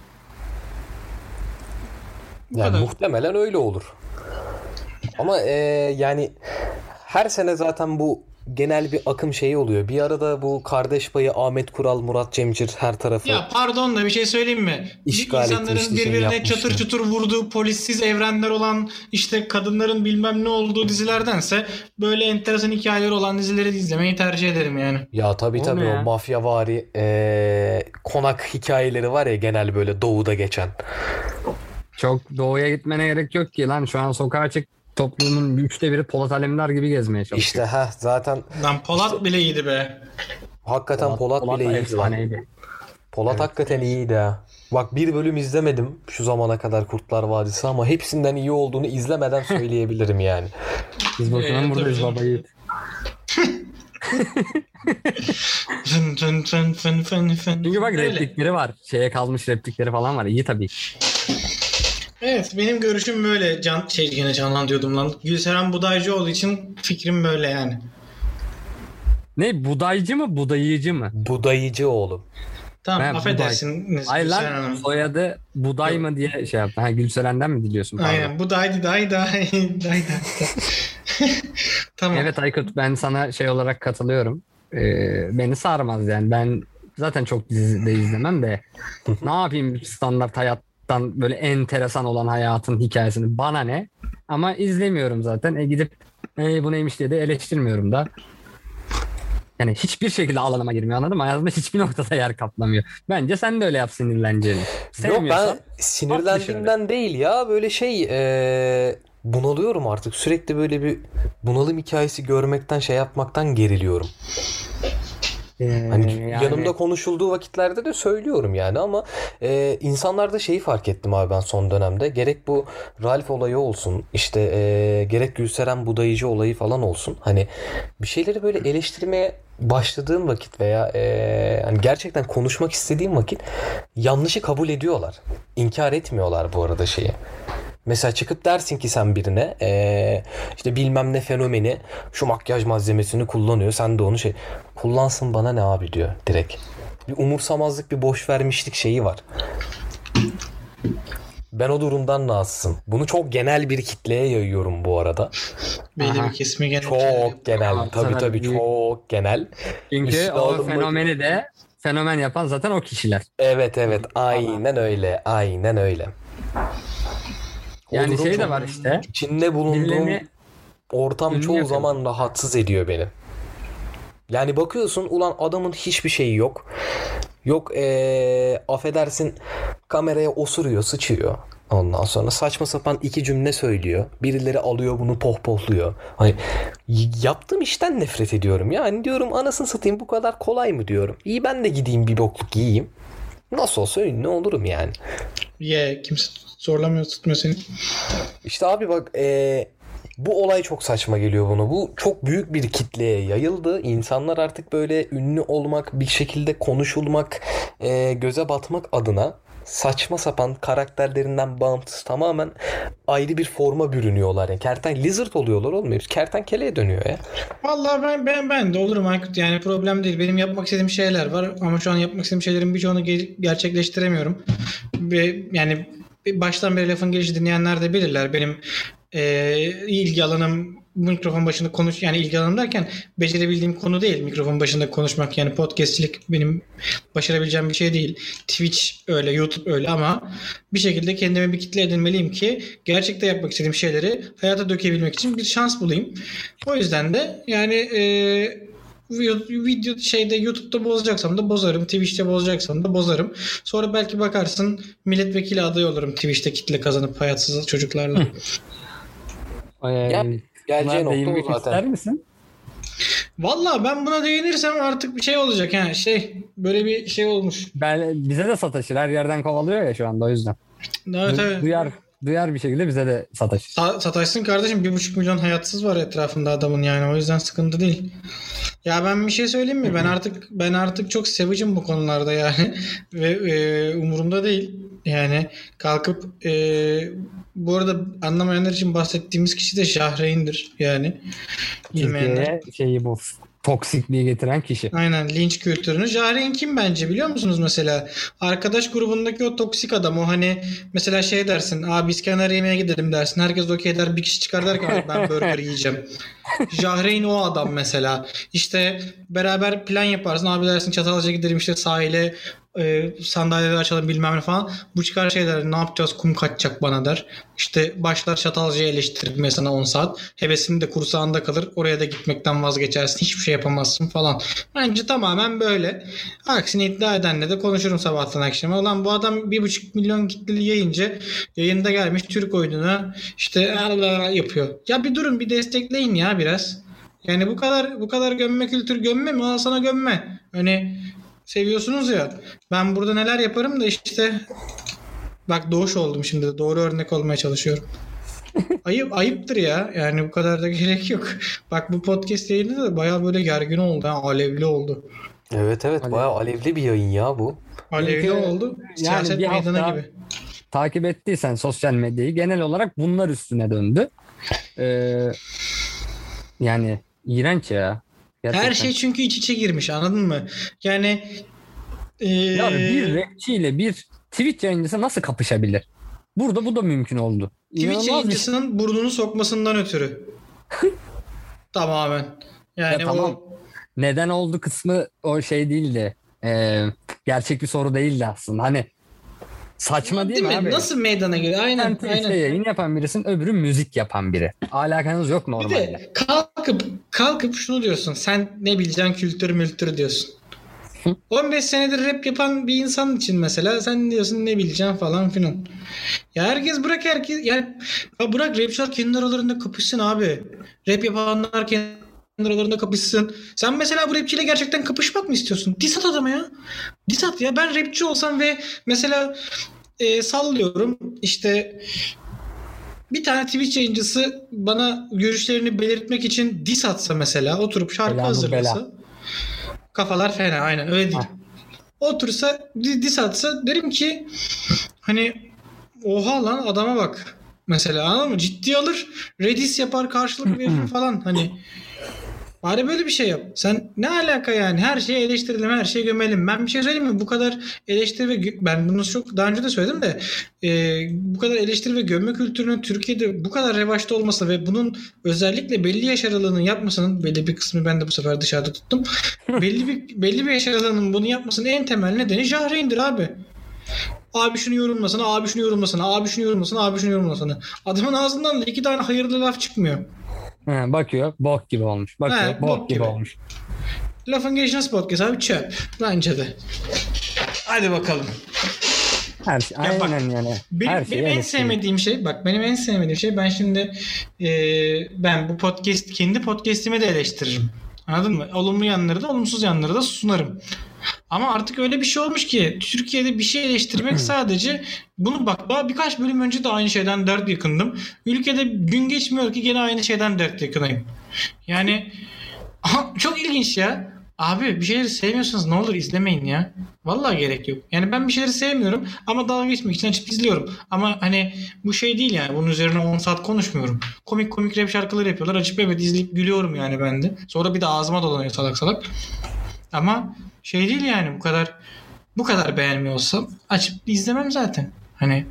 Bu Yani kadar. muhtemelen öyle olur. Ama e, yani her sene zaten bu genel bir akım şeyi oluyor. Bir arada bu kardeş payı Ahmet Kural, Murat Cemcir her tarafı. Ya pardon da bir şey söyleyeyim mi? İşgal İnsanların etmişti, şey birbirine yapmıştı. çatır çutur vurduğu, polissiz evrenler olan, işte kadınların bilmem ne olduğu dizilerdense böyle enteresan hikayeler olan dizileri izlemeyi tercih ederim yani. Ya tabii O tabii ne o ya? mafyavari e, konak hikayeleri var ya, genel böyle doğuda geçen. Çok doğuya gitmene gerek yok ki lan. Şu an sokağa çık, toplumun üçte biri Polat Alemdar gibi gezmeye çalışıyor. İşte ha zaten Lan Polat bile iyiydi be. hakikaten Polat, Polat bile da iyiydi lan. efsaneydi. Polat Evet. hakikaten iyiydi ha. Bak bir bölüm izlemedim şu zamana kadar Kurtlar Vadisi ama hepsinden iyi olduğunu izlemeden söyleyebilirim yani. Biz boşuna Ee, buradayız tabii baba yiğit. fın fın fın fın fın fın. Çünkü bak Öyle. replikleri var. Şeye kalmış replikleri falan var. İyi tabii. Evet, benim görüşüm böyle. Can şey gene Canan diyordum lan. Gülseren Budaycıoğlu için fikrim böyle yani. Ne budaycı mı budayıcı mı? Budayıcı oğlum. Tamam, Ha, affedersiniz Hayır Gülseren lan Hanım. soyadı buday Yok. mı diye şey yaptı. Ha, Gülseren'den mi diliyorsun? Pardon. Aynen, Budaydı day day day day. Tamam. Evet Aykut, ben sana şey olarak katılıyorum. Ee, beni sarmaz yani. Ben zaten çok dizi de izlemem de ne yapayım standart hayattan böyle enteresan olan hayatın hikayesini, bana ne? Ama izlemiyorum zaten. E gidip e, bu neymiş diye de eleştirmiyorum da. Yani hiçbir şekilde alanıma girmiyor, anladın mı? Hayatımda hiçbir noktada yer kaplamıyor. Bence sen de öyle yap sinirleneceğini. Yok, ben sinirlendiğimden değil ya, böyle şey e, bunalıyorum artık. Sürekli böyle bir bunalım hikayesi görmekten, şey yapmaktan geriliyorum. Ee, Hani yani... yanımda konuşulduğu vakitlerde de söylüyorum yani, ama e, insanlarda şeyi fark ettim abi ben son dönemde. Gerek bu Ralph olayı olsun, işte e, gerek Gülseren Budayıcı olayı falan olsun. Hani bir şeyleri böyle eleştirmeye başladığım vakit veya e, hani gerçekten konuşmak istediğim vakit yanlışı kabul ediyorlar. İnkar etmiyorlar bu arada şeyi. Mesela çıkıp dersin ki sen birine ee, işte bilmem ne fenomeni şu makyaj malzemesini kullanıyor. Sen de onu şey kullansın, bana ne abi diyor direkt. Bir umursamazlık, bir boş vermişlik şeyi var. Ben o durumdan rahatsızım. Bunu çok genel bir kitleye yayıyorum bu arada. Belli Aha. bir kesme genel. Çok genel. Aha, Tabii sana tabii bir- çok genel. Çünkü Üstüne o alınmak- fenomeni de fenomen yapan zaten o kişiler. Evet evet, aynen öyle. Aynen öyle. O Yani durum şey de çok- var işte. İçinde bulunduğum Birilerini ortam ünlü çoğu yapıyorlar. zaman rahatsız ediyor beni. Yani bakıyorsun, ulan adamın hiçbir şeyi yok. Yok ee, affedersin, kameraya osuruyor, sıçıyor. Ondan sonra saçma sapan iki cümle söylüyor. Birileri alıyor bunu pohpohluyor. Hani y- yaptığım işten nefret ediyorum. Yani diyorum, anasını satayım, bu kadar kolay mı diyorum. İyi, ben de gideyim bir bokluk yiyeyim. Nasıl olsa ünlü olurum yani. Ye, kimse zorlamıyor, tutmuyor seni. İşte abi bak ee, bu olay çok saçma geliyor buna. Bu çok büyük bir kitleye yayıldı. İnsanlar artık böyle ünlü olmak, bir şekilde konuşulmak, ee, göze batmak adına saçma sapan karakterlerinden bağımsız tamamen ayrı bir forma bürünüyorlar. Yani kerten lizard oluyorlar oğlum. Herif kertenkeleye dönüyor ya. Vallahi ben ben ben de olurum Aykut, yani problem değil. Benim yapmak istediğim şeyler var ama şu an yapmak istediğim şeylerin birçoğunu ge- gerçekleştiremiyorum. Ve yani baştan beri lafın gelişi dinleyenler de bilirler. Benim e, ilgi alanım mikrofon başında konuş, yani ilgi alanım derken becerebildiğim konu değil mikrofon başında konuşmak, yani podcastçilik benim başarabileceğim bir şey değil. Twitch öyle, YouTube öyle, ama bir şekilde kendime bir kitle edinmeliyim ki gerçekten yapmak istediğim şeyleri hayata dökebilmek için bir şans bulayım. O yüzden de yani e, video şeyde YouTube'da bozacaksam da bozarım, Twitch'te bozacaksam da bozarım. Sonra belki bakarsın milletvekili adayı olurum Twitch'te kitle kazanıp hayatsız çocuklarla. Ee, Ya, geleceği buna nokta o değinmek zaten. ister misin? Vallahi ben buna değinirsem artık bir şey olacak, ha şey böyle bir şey olmuş. Ben, bize de sataşır. Her yerden kovalıyor ya şu anda, o yüzden. Evet, Du- evet. Duyar, duyar bir şekilde bize de sataşır. Sa- sataşsın kardeşim, bir buçuk milyon hayatsız var etrafında adamın, yani o yüzden sıkıntı değil. Ya ben bir şey söyleyeyim mi? Ben artık ben artık çok savage'ım bu konularda yani ve e, umurumda değil. Yani kalkıp e, bu arada anlamayanlar için bahsettiğimiz kişi de Jahreyn'dir yani. Bilmeyenler. Türkiye'ye şeyi bu toksikliği getiren kişi. Aynen, linç kültürünü. Jahreyn kim bence biliyor musunuz mesela? Arkadaş grubundaki o toksik adam. O hani mesela şey dersin. Abi İskender yemeğe gidelim dersin. Herkes okey der. Bir kişi çıkar der ki "Abi ben burger yiyeceğim." Jahreyn o adam mesela. İşte beraber plan yaparsın. Abi dersin Çatalca'ya gidelim işte sahile, e, sandalyeleri açalım bilmem ne falan. Bu çıkar şeyler, ne yapacağız, kum kaçacak bana der. İşte başlar Çatalca'yı eleştirmeye sana on saat. Hevesinin de kursağında kalır. Oraya da gitmekten vazgeçersin. Hiçbir şey yapamazsın falan. Bence tamamen böyle. Aksini iddia edenle de konuşurum sabahtan akşama. Ulan bu adam bir buçuk milyon kitleli yayıncı. Yayında gelmiş Türk oyununa işte yapıyor. Ya bir durun, bir destekleyin ya biraz. Yani bu kadar bu kadar gömme kültür gömme mi? Al sana gömme. Hani seviyorsunuz ya. Ben burada neler yaparım da işte bak doğuş oldum şimdi de. Doğru örnek olmaya çalışıyorum. Ayıp ayıptır ya. Yani bu kadar da gerek yok. Bak bu podcast yayını da bayağı böyle gergin oldu. Ha, alevli oldu. Evet evet Alev. bayağı alevli bir yayın ya bu. Alevli Çünkü oldu. Siyaset yani bir meydanı hafta gibi. takip ettiysen sosyal medyayı genel olarak bunlar üstüne döndü. Ee, yani iğrenç ya. Gerçekten. Her şey çünkü iç içe girmiş, anladın mı? Yani ee... yani bir rapçiyle bir Twitch yayıncısı nasıl kapışabilir? Burada bu da mümkün oldu. Twitch İnanılmaz yayıncısının bir... burnunu sokmasından ötürü. Tamamen. Yani ya, tamam. o... Neden oldu kısmı o şey değildi. Ee, gerçek bir soru değildi aslında. Hani saçma değil, değil mi abi? Nasıl meydana geliyor? Aynen. Sen Twitch'te aynen. yayın yapan birisin, öbürü müzik yapan biri. Alakanız yok normalde. Bir de kalkıp kalkıp şunu diyorsun. Sen ne bileceksin kültür mültür diyorsun. on beş senedir rap yapan bir insan için mesela sen diyorsun ne bileceksin falan filan. Ya herkes bırak herkes yani bırak rapçiler kendi aralarında kapışsın abi. Rap yapanlar kendi aralarında kapışsın. Sen mesela bu rapçiyle gerçekten kapışmak mı istiyorsun? Diss at adama ya. Diss at ya. Ben rapçi olsam ve mesela e, sallıyorum işte bir tane Twitch yayıncısı bana görüşlerini belirtmek için diss atsa mesela oturup şarkı Belanı hazırlasa bela. Kafalar fena aynen öyle değil. Otursa diss atsa derim ki hani oha lan adama bak. Mesela anladın mı? Ciddi alır. Redis yapar karşılık verir falan hani. Bari böyle bir şey yap. Sen ne alaka yani? Her şeyi eleştirelim, her şeyi gömelim. Ben bir şey söyleyeyim mi? Bu kadar eleştiri ve gö- ben bunu çok daha önce de söyledim de e, bu kadar eleştiri ve gömme kültürünün Türkiye'de bu kadar revaçta olması ve bunun özellikle belli yaş aralığının yapmasının belli bir kısmı ben de bu sefer dışarıda tuttum. belli bir belli bir yaş aralığının bunu yapmasının en temel nedeni Jahreyn'dir abi. Abi şunu yorumlasana, abi şunu yorumlasana, abi şunu yorumlasana, abi şunu yorumlasana. Adamın ağzından da iki tane hayırlı laf çıkmıyor. He, bakıyor bok gibi olmuş. Bakıyor He, bok, bok gibi. gibi olmuş. Lafın gelişmesi podcast abi çöp. Bence de. Hadi bakalım. Her şey, Ya bak, aynen yani. Benim, Her şey benim en eleştiri. sevmediğim şey bak benim en sevmediğim şey ben şimdi e, ben bu podcast kendi podcast'imi de eleştiririm. Anladın mı? Olumlu yanları da olumsuz yanları da sunarım. Ama artık öyle bir şey olmuş ki Türkiye'de bir şey eleştirmek sadece bunu bak daha birkaç bölüm önce de aynı şeyden dert yakındım. Ülkede gün geçmiyor ki gene aynı şeyden dert yakınayım. Yani aha, çok ilginç ya. Abi bir şeyleri sevmiyorsanız ne olur izlemeyin ya. Vallahi gerek yok. Yani ben bir şeyleri sevmiyorum ama dalga geçmek için açıp izliyorum. Ama hani bu şey değil yani. Bunun üzerine on saat konuşmuyorum. Komik komik rap şarkıları yapıyorlar. Açıp evet izleyip gülüyorum yani ben de. Sonra bir de ağzıma dolanıyor salak salak. Ama şey değil yani bu kadar bu kadar beğenmiyor olsam açıp izlemem zaten. Hani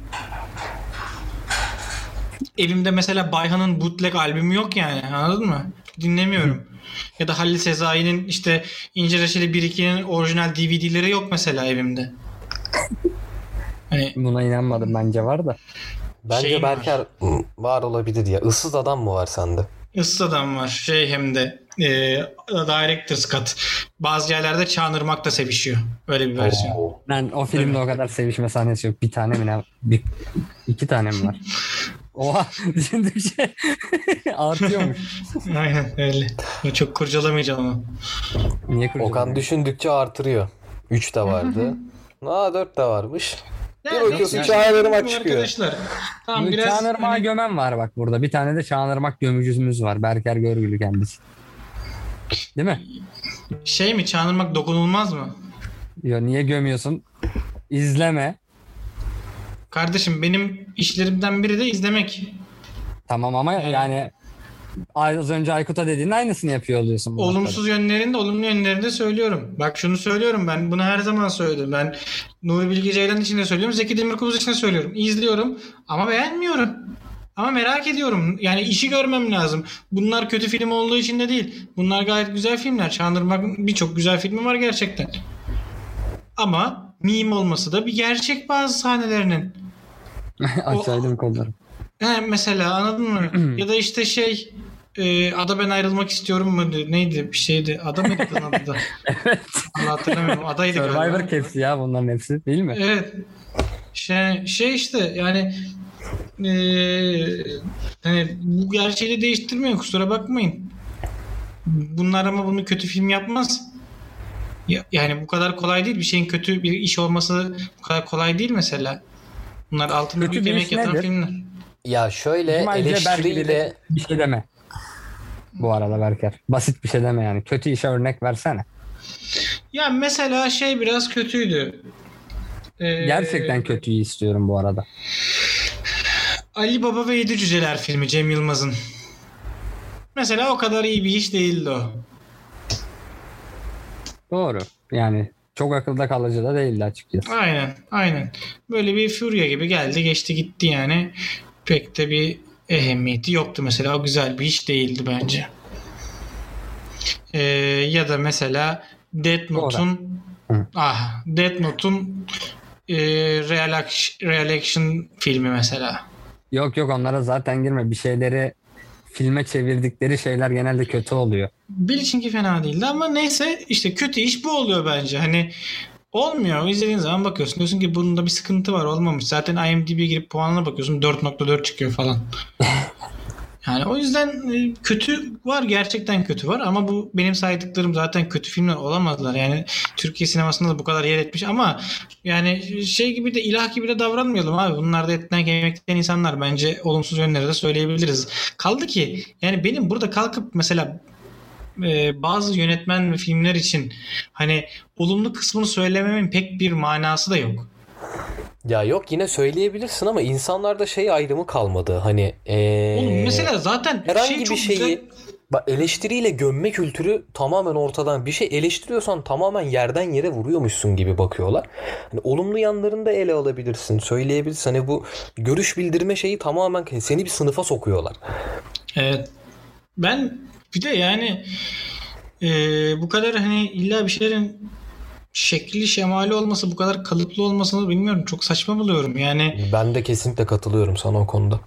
evimde mesela Bayhan'ın bootleg albümü yok yani. Anladın mı? Dinlemiyorum. Ya da Halil Sezai'nin işte İnce Reçeli bir iki'nin orijinal D V D'leri yok mesela evimde. Hani buna inanmadım, bence var da. Bence Şeyim Berker var. var olabilir ya. Issız adam mı var sende? Issız adam var. Şey hem de e, Director's Cut. Bazı yerlerde Çağınırmak da sevişiyor. Öyle bir versiyon. Oo. Ben o filmde Evet. o kadar sevişme sahnesi yok. Bir tane mi ne? Bir, iki tane mi var? Oha, düşündükçe artıyormuş. Aynen öyle. Çok kurcalamayacağım ama. Niye kurcaladın? Okan düşündükçe artırıyor. üç de vardı. Aa dört de varmış. Bir bakıyorsun neyse, Çağınırmak bu çıkıyor. Arkadaşlar. Tamam biraz Çağınırmak'a hani, gömen var bak burada. Bir tane de Çağınırmak gömücümüz var. Berker Görgülü kendisi. Değil mi? şey mi Çağınırmak dokunulmaz mı? Yo, niye gömüyorsun? İzleme. Kardeşim benim işlerimden biri de izlemek. Tamam ama yani az önce Aykut'a dediğin aynısını yapıyor oluyorsun. bu Olumsuz yönlerini de olumlu yönlerini de söylüyorum. Bak şunu söylüyorum ben. Bunu her zaman söyledim. Ben Nuri Bilge Ceylan için de söylüyorum. Zeki Demirkubuz için de söylüyorum. İzliyorum ama beğenmiyorum. Ama merak ediyorum. Yani işi görmem lazım. Bunlar kötü film olduğu için de değil. Bunlar gayet güzel filmler. Çağındırmak'ın birçok güzel filmi var gerçekten. Ama meme olması da bir gerçek bazı sahnelerinin. Açaydım kolları. He, mesela anladın mı? Ya da işte şey e, Ada ben ayrılmak istiyorum mu? Neydi? Bir şeydi. Ada mıydı kızın adı da? Evet. Hatırlamıyorum. Adaydı galiba. Survivor hepsi ya bunların hepsi değil mi? Evet. Şey, şey işte yani e, hani bu gerçeği değiştirmiyor. Kusura bakmayın. Bunlar ama bunu kötü film yapmaz. Ya, yani bu kadar kolay değil. Bir şeyin kötü bir iş olması bu kadar kolay değil mesela. Bunlar altına Kötü büyük bir emek iş yatan nedir? filmler. Ya şöyle Bizim ayrıca eleştiriyle Berker'e bir şey deme. Bu arada Berker. Basit bir şey deme yani. Kötü işe örnek versene. Ya mesela şey biraz kötüydü. Ee, Gerçekten kötüyü istiyorum bu arada. Ali Baba ve Yedi Cüceler filmi Cem Yılmaz'ın. Mesela o kadar iyi bir iş değildi o. Doğru. Yani çok akılda kalıcı da değildi açıkçası. Aynen, aynen. Böyle bir furya gibi geldi, geçti gitti yani. Pek de bir ehemmiyeti yoktu mesela. O güzel bir iş değildi bence. Ee, ya da mesela Death Note'un ah, Death Note'un e, real, action, real action filmi mesela. Yok yok onlara zaten girme. Bir şeyleri filme çevirdikleri şeyler genelde kötü oluyor. Bleach'inki fena değildi ama neyse işte kötü iş bu oluyor bence. Hani olmuyor. İzlediğin zaman bakıyorsun. Diyorsun ki bunda bir sıkıntı var, olmamış. Zaten IMDb'ye girip puanına bakıyorsun. dört nokta dört çıkıyor falan. Yani o yüzden kötü var. Gerçekten kötü var. Ama bu benim saydıklarım zaten kötü filmler olamazlar. Yani Türkiye sinemasında da bu kadar yer etmiş ama yani şey gibi de ilah gibi de davranmayalım abi. Bunlar da etten kemikten insanlar. Bence olumsuz yönleri de söyleyebiliriz. Kaldı ki yani benim burada kalkıp mesela e, bazı yönetmen ve filmler için hani olumlu kısmını söylememin pek bir manası da yok. Ya yok yine söyleyebilirsin ama insanlarda şey ayrımı kalmadı. Hani ee, Oğlum mesela zaten herhangi şey bir çok şeyi güzel. bak, eleştiriyle gömme kültürü tamamen ortadan. Bir şey eleştiriyorsan tamamen yerden yere vuruyormuşsun gibi bakıyorlar. Hani olumlu yanlarını da ele alabilirsin, söyleyebilirsin. Hani bu görüş bildirme şeyi tamamen seni bir sınıfa sokuyorlar. Evet. Ben bir de yani e, bu kadar hani illa bir şeylerin şekli şemali olması, bu kadar kalıplı olmasını bilmiyorum. Çok saçma buluyorum. Yani Ben de kesinlikle katılıyorum sana o konuda.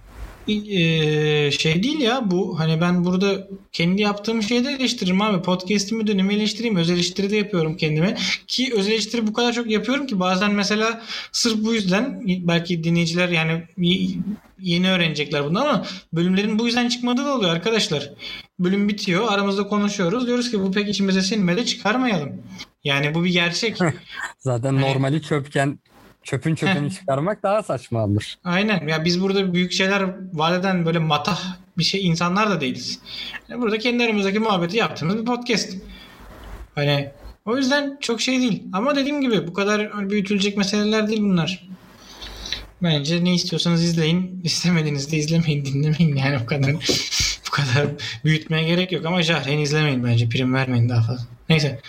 e, şey değil ya bu. Hani ben burada kendi yaptığım şeyi de eleştiririm abi. Podcast'imi dönemi eleştireyim. Öz eleştiri de yapıyorum kendime. Ki öz eleştiri bu kadar çok yapıyorum ki bazen mesela sırf bu yüzden belki dinleyiciler yani yeni öğrenecekler bunu ama bölümlerin bu yüzden çıkmadığı da oluyor arkadaşlar. Bölüm bitiyor. Aramızda konuşuyoruz. Diyoruz ki bu pek içimize sinmedi, çıkarmayalım. Yani bu bir gerçek. Zaten hani, normali çöpken çöpün çöpünü çıkarmak daha saçma olur. Aynen. Ya biz burada büyük şeyler vaat eden böyle matah bir şey insanlar da değiliz. Yani burada kendi aramızdaki muhabbeti yaptığımız bir podcast. Hani o yüzden çok şey değil. Ama dediğim gibi bu kadar büyütülecek meseleler değil bunlar. Bence ne istiyorsanız izleyin. İstemediğinizde izlemeyin, dinlemeyin. Yani bu kadar bu kadar büyütmeye gerek yok ama Jahreyn izlemeyin bence. Prim vermeyin daha fazla. Neyse.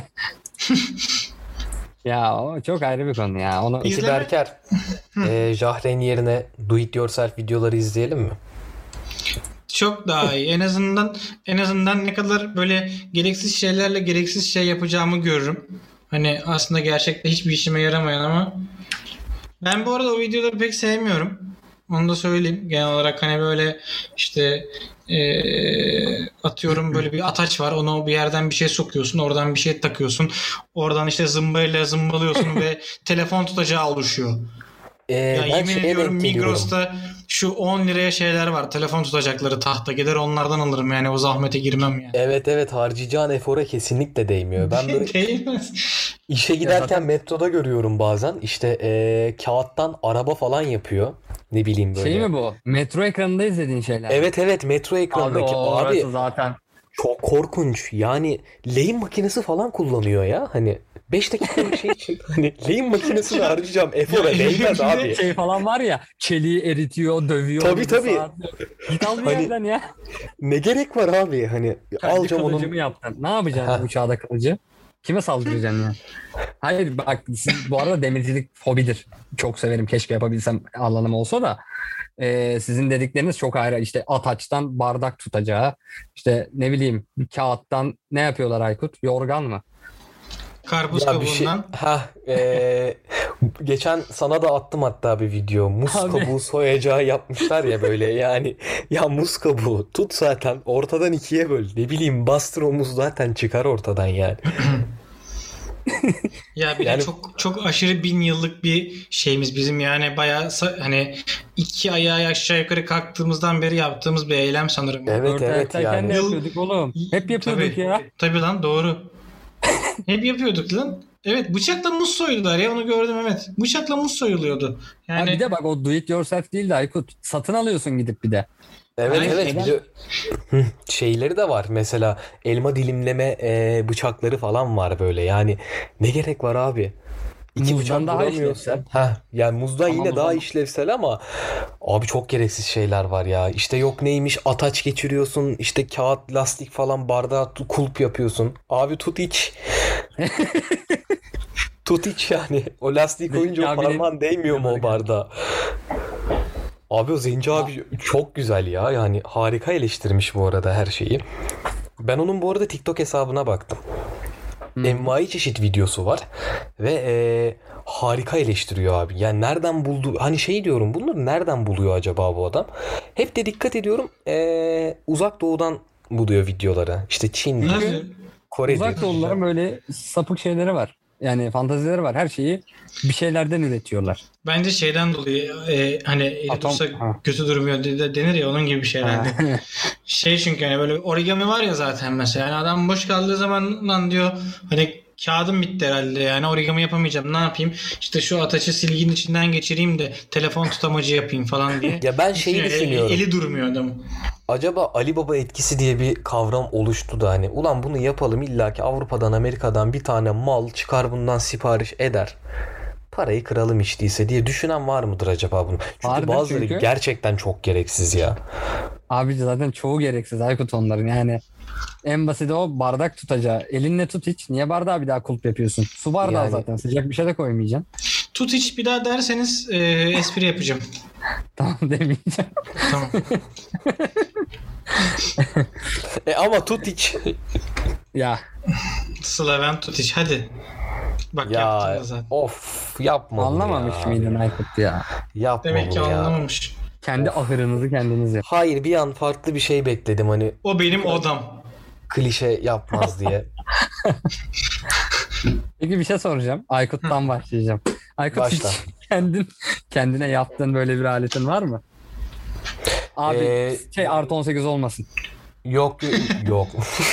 Ya o çok ayrı bir konu ya. Onu Peki İzleme- Berker, e, Jahreyn yerine do it yourself videoları izleyelim mi? Çok daha iyi. En azından en azından ne kadar böyle gereksiz şeylerle gereksiz şey yapacağımı görürüm. Hani aslında gerçekte hiçbir işime yaramayan ama ben bu arada o videoları pek sevmiyorum. Onu da söyleyeyim. Genel olarak hani böyle işte ee, atıyorum böyle bir ataç var. Ona bir yerden bir şey sokuyorsun. Oradan bir şey takıyorsun. Oradan işte zımbayla zımbalıyorsun ve telefon tutacağı oluşuyor. Ee, Ya ben yemin şeye ediyorum denk geliyorum. Migros'ta şu on liraya şeyler var. Telefon tutacakları tahta. Gider onlardan alırım yani o zahmete girmem yani. Evet evet harcayacağın efora kesinlikle değmiyor. Ben böyle Değmez. işe giderken metroda görüyorum bazen. İşte ee, kağıttan araba falan yapıyor. Ne bileyim böyle. şey mi bu? Metro ekranında izlediğin şeyler. Evet evet metro Abi ekranındaki. o Abi, orası zaten. çok korkunç. Yani lehim makinesi falan kullanıyor ya. Hani beş dakika bir şey için hani lehim makinesini harcayacağım. Efora değmez abi. Şey falan var ya, çeliği eritiyor, dövüyor. Tabii, bir tabii. saat. Git al bir Hani- yerden ya. Ne gerek var abi? Hani Kendi alacağım kılıcımı onun. yaptın. Ne yapacaksın Ha. bu çağda kılıcı? Kime saldıracaksın ya? Hayır bak siz, bu arada demircilik hobidir. Çok severim. Keşke yapabilsem alanım olsa da. Ee, sizin dedikleriniz çok ayrı. İşte ataçtan bardak tutacağı. İşte ne bileyim kağıttan ne yapıyorlar Aykut? Yorgan mı? Karpuz Ya bir şey, kabuğundan. ha e, geçen sana da attım hatta bir video. Muz Abi. kabuğu soyacağı yapmışlar ya böyle yani. Ya muz kabuğu tut zaten ortadan ikiye böl. Ne bileyim bastır o muz zaten çıkar ortadan yani. Ya bir Yani- de çok çok aşırı bin yıllık bir şeyimiz bizim yani bayağı sa- hani iki ayağı aşağı yukarı kalktığımızdan beri yaptığımız bir eylem sanırım. Evet Dört evet ayaktayken yani. ne yapıyorduk oğlum? Hep yapıyorduk Tabii, ya. tabii lan doğru. Hep yapıyorduk lan. Evet, bıçakla muz soydular ya, onu gördüm, evet. Bıçakla muz soyuluyordu. Yani... Ha bir de bak, o do it yourself değil de Aykut. Satın alıyorsun gidip bir de. Evet Hayır, evet şeyden- bir de Hı, şeyleri de var. Mesela elma dilimleme e, bıçakları falan var böyle. Yani ne gerek var abi? İki Muzdan bıçak daha vuramıyorsan. işlevsel. Ha, yani muzdan Ama yine daha muzdan- işlevsel ama abi çok gereksiz şeyler var ya. İşte yok neymiş, ataç geçiriyorsun. İşte kağıt, lastik falan, bardağa tu- kulp yapıyorsun. Abi tut iç. Tut iç yani. O lastiği koyunca o Zenci abinin- parmağın değmiyor mu o bardağa? Abi o Zenci abi çok güzel ya. Yani harika eleştirmiş bu arada her şeyi. Ben onun bu arada TikTok hesabına baktım. Hmm. Envai çeşit videosu var. Ve e, harika eleştiriyor abi. Yani nereden buldu? Hani şey diyorum, bunları nereden buluyor acaba bu adam? Hep de dikkat ediyorum. e, uzak doğudan buluyor videoları. İşte Çin, Nasıl? Kore Uzak diyor. doğuluların böyle sapık şeyleri var. Yani fantazileri var. Her şeyi bir şeylerden üretiyorlar. Bence şeyden dolayı e, hani eli Atom- dursa ha. götü durmuyor de- denir ya, onun gibi bir şey herhalde. Ha. Şey, çünkü hani böyle origami var ya zaten mesela. Yani adam boş kaldığı zaman lan diyor hani kağıdım bitti herhalde, yani origami yapamayacağım, ne yapayım? İşte şu ataçı silginin içinden geçireyim de telefon tutamacı yapayım falan diye. Ya ben şeyi Düşünüyor, eli- düşünüyorum. Eli, durmuyor adamın. Acaba Ali Baba etkisi diye bir kavram oluştu da hani ulan bunu yapalım, illaki Avrupa'dan Amerika'dan bir tane mal çıkar bundan sipariş eder. Parayı kıralım içtiyse diye düşünen var mıdır acaba bunu? Çünkü Vardır bazıları çünkü. gerçekten çok gereksiz ya. Abi zaten çoğu gereksiz Aykut onların. Yani en basiti o, bardak tutacağı. Elinle tut hiç. Niye bardağı bir daha kulp yapıyorsun? Su bardağı Yani- zaten. Sıcak bir şey de koymayacaksın. Tut hiç bir daha derseniz e, espri yapacağım. Tamam demeyeceğim. Tamam. E ama tut hiç. Ya Slaven tut hiç, hadi. Bak Ya yaptın da zaten. of, yapma bunu anlamamış ya. mıydın Aykut ya? Yapma Demek ki bunu ya. anlamamış. Kendi ahırınızı kendiniz yapın. Hayır, bir an farklı bir şey bekledim hani O benim odam. klişe yapmaz diye. Peki bir şey soracağım. Aykut'tan başlayacağım. Aykut Başla. hiç kendin, kendine yaptığın böyle bir aletin var mı? Abi Ee, şey artı on sekiz olmasın. Yok yok.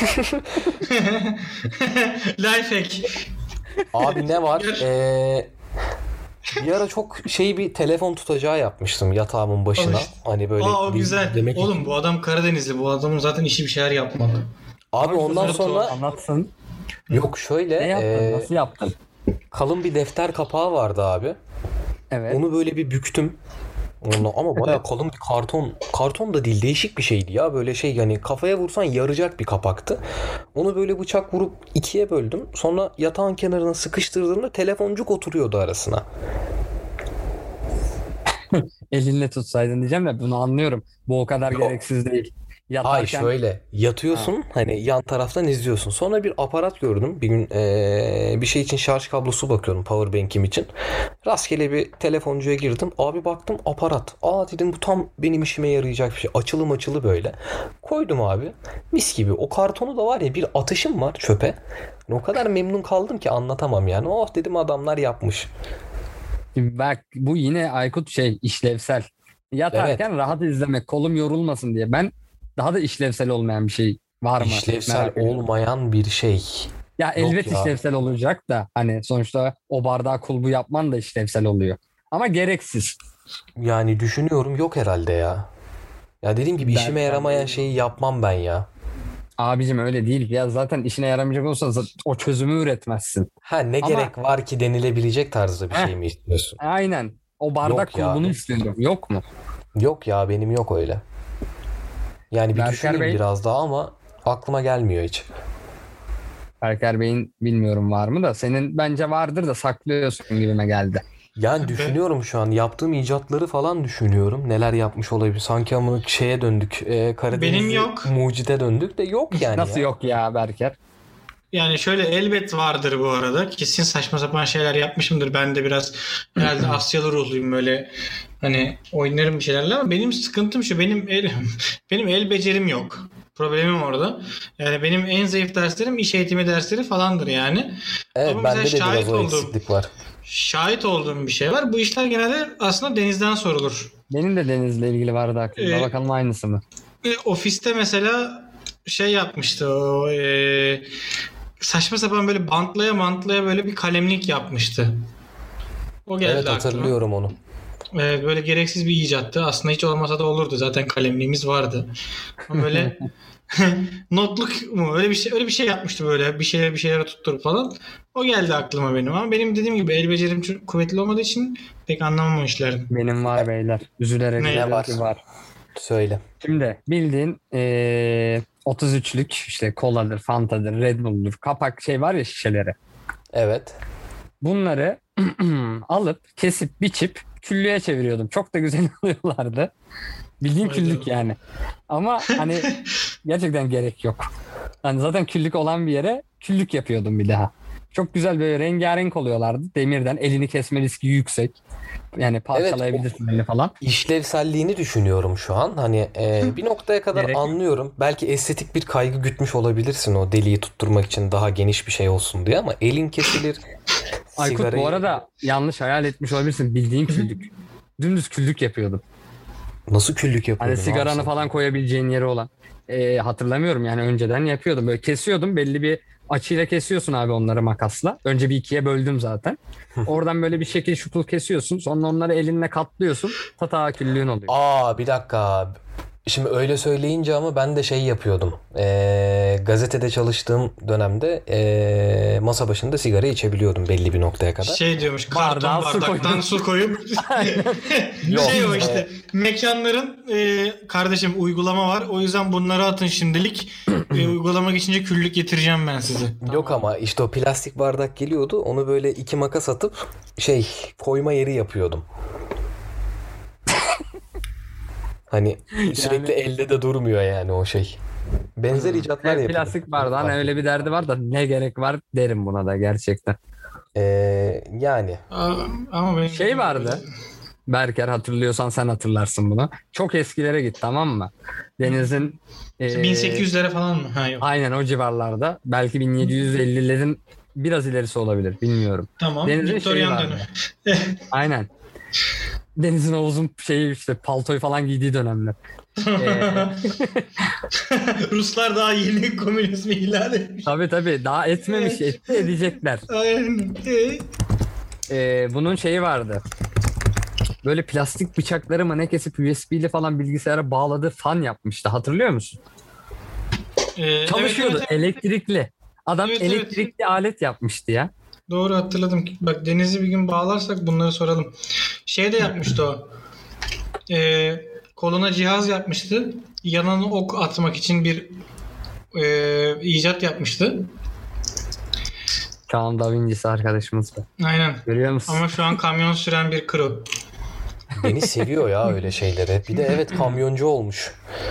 Lifehack. Abi ne var? Ee, bir ara çok şey bir telefon tutacağı yapmıştım yatağımın başına. Al işte. Hani böyle Aa o bir- güzel. demek Oğlum için. bu adam Karadenizli. Bu adamın zaten işi bir şeyler yapmak. Abi ondan Evet, sonra Anlatsın. yok şöyle Ne yaptın? ee, Nasıl yaptın? kalın bir defter kapağı vardı abi. Evet. Onu böyle bir büktüm. Onunla, ama bayağı kalın bir karton. Karton da değil, değişik bir şeydi ya. Böyle şey, yani kafaya vursan yaracak bir kapaktı. Onu böyle bıçak vurup ikiye böldüm. Sonra yatağın kenarına sıkıştırdığımda telefoncuk oturuyordu arasına. Elinle tutsaydın diyeceğim de bunu anlıyorum. Bu o kadar Yok. gereksiz değil. Yatarken Hayır şöyle yatıyorsun, hani yan taraftan izliyorsun. Sonra bir aparat gördüm. Bir gün eee, bir şey için şarj kablosu bakıyordum, powerbank'im için. Rastgele bir telefoncuya girdim. Abi baktım aparat. Aa dedim, bu tam benim işime yarayacak bir şey. Açılı maçılı böyle. Koydum abi. Mis gibi. O kartonu da var ya, bir atışım var çöpe. O kadar memnun kaldım ki anlatamam yani. Oh dedim, adamlar yapmış. bak bu yine Aykut şey işlevsel. Yatarken rahat izlemek, kolum yorulmasın diye. Ben daha da işlevsel olmayan bir şey var mı? İşlevsel Merak ediyorum. olmayan bir şey. Ya elbet ya. işlevsel olacak da hani sonuçta o bardağı kulbu yapman da işlevsel oluyor. Ama gereksiz. Yani düşünüyorum, yok herhalde ya. Ya dediğim gibi Ben- işime yaramayan şeyi yapmam ben ya. Abicim öyle değil. Ya zaten işine yaramayacak olsa z- o çözümü üretmezsin. Ha ne Ama- gerek var ki denilebilecek tarzda bir Heh. şey mi istiyorsun? Aynen. O bardak Yok ya. kulbunu istiyorum. Yok mu? Yok ya, benim yok öyle. Yani bir Berker düşüneyim Bey- biraz daha ama aklıma gelmiyor hiç. Berker Bey'in bilmiyorum var mı da senin bence vardır da saklıyorsun gibime geldi. Yani düşünüyorum şu an, yaptığım icatları falan düşünüyorum. Neler yapmış olabilir? Sanki ama şeye döndük. E, Karadeniz'e Benim yok. mucide döndük de yok yani. Nasıl ya. yok ya Berker? Yani şöyle elbet vardır bu arada. Kesin saçma sapan şeyler yapmışımdır. Ben de biraz herhalde Asyalı ruhluyum, böyle hani oynarım bir şeylerle, ama benim sıkıntım şu. Benim el benim el becerim yok. Problemim orada. Yani benim en zayıf derslerim iş eğitimi dersleri falandır yani. Evet, Ama bende de mesela biraz şahit o oldum. eksiklik var. Şahit olduğum bir şey var. Bu işler genelde aslında denizden sorulur. Benim de Deniz'le ilgili vardı aklımda. Ee, Bakalım aynısı mı? E, ofiste mesela şey yapmıştı o e, saçma sapan böyle bantlaya bantlaya böyle bir kalemlik yapmıştı. O geldi Evet, hatırlıyorum aklıma. onu. Ee, böyle gereksiz bir icattı. Aslında hiç olmasa da olurdu. Zaten kalemliğimiz vardı. Ama böyle notluk mu? Öyle bir şey öyle bir şey yapmıştı böyle. Bir şeyler bir şeylere tutturup falan. O geldi aklıma benim. Ama benim dediğim gibi el becerim çok kuvvetli olmadığı için pek anlamam o işlerden. Benim var beyler. Üzülerek Ne diyorum var? ki var. Söyle. Şimdi bildiğin eee otuz üçlük işte koladır, fantadır, Red Bull'dur. Kapak şey var ya şişeleri. Evet. Bunları alıp kesip biçip küllüğe çeviriyordum. Çok da güzel oluyorlardı. Bildiğin Haydi. küllük yani. Ama hani gerçekten gerek yok. Yani zaten küllük olan bir yere küllük yapıyordum bir daha. Çok güzel böyle rengarenk oluyorlardı. Demirden elini kesme riski yüksek. Yani parçalayabilirsin elini falan. İşlevselliğini düşünüyorum şu an. Hani e, bir noktaya kadar Gerek- anlıyorum. Belki estetik bir kaygı gütmüş olabilirsin o deliği tutturmak için daha geniş bir şey olsun diye ama elin kesilir. Aykut sigarayı- bu arada yanlış hayal etmiş olabilirsin. Bildiğin küllük. Dümdüz küllük yapıyordum. Nasıl küllük yapıyordun? Hani sigaranı abi? falan koyabileceğin yeri olan. Ee, hatırlamıyorum yani önceden yapıyordum. Böyle kesiyordum. Belli bir açıyla kesiyorsun abi onları makasla. Önce bir ikiye böldüm zaten. Oradan böyle bir şekil şukul kesiyorsun. Sonra onları elinle katlıyorsun. Tata küllüğün oluyor. Aa, bir dakika. Şimdi öyle söyleyince ama ben de şey yapıyordum. Ee, gazetede çalıştığım dönemde ee, masa başında sigara içebiliyordum belli bir noktaya kadar. Şey diyormuş, karton Bardağa su bardaktan koyup- su koyup Yok, şey o e- işte mekanların e, kardeşim uygulama var, o yüzden bunları atın şimdilik. E, uygulama geçince küllük getireceğim ben size. Yok ama işte o plastik bardak geliyordu. Onu böyle iki makas atıp şey koyma yeri yapıyordum. Hani sürekli elde de durmuyor yani o şey. Benzer icatlar Evet, yapıyordum. plastik bardağın öyle bir derdi var da ne gerek var derim buna da gerçekten. Ee, yani Aa, ama benim Şey vardı. Berker hatırlıyorsan sen hatırlarsın bunu. Çok eskilere git tamam mı? Deniz'in e, bin sekiz yüzlere falan mı? Ha yok. aynen o civarlarda. Belki bin yedi yüz ellilerin biraz ilerisi olabilir. Bilmiyorum. Tamam. Deniz'in şeyi Victorian vardı. dönemi. Aynen. Deniz'in o uzun şeyi işte paltoyu falan giydiği dönemler. Ee, Ruslar daha yeni komünizmi ilan etmiş. tabii tabii daha etmemiş etti edecekler. Aynen. Ee, Ee, bunun şeyi vardı. Böyle plastik bıçakları mı ne kesip U S B ile falan bilgisayara bağladığı fan yapmıştı. Hatırlıyor musun? e, Çalışıyordu evet, evet, evet. elektrikli. Adam Evet, evet. elektrikli alet yapmıştı ya. Doğru hatırladım. Bak Deniz'i bir gün bağlarsak bunları soralım. Şey de yapmıştı o. Ee, koluna cihaz yapmıştı. Yanına ok atmak için bir e, icat yapmıştı. Çağın Da Vinci'si arkadaşımız var. Aynen. Görüyor musun? Ama şu an kamyon süren bir kro. beni seviyor ya öyle şeyleri. Bir de evet kamyoncu olmuş.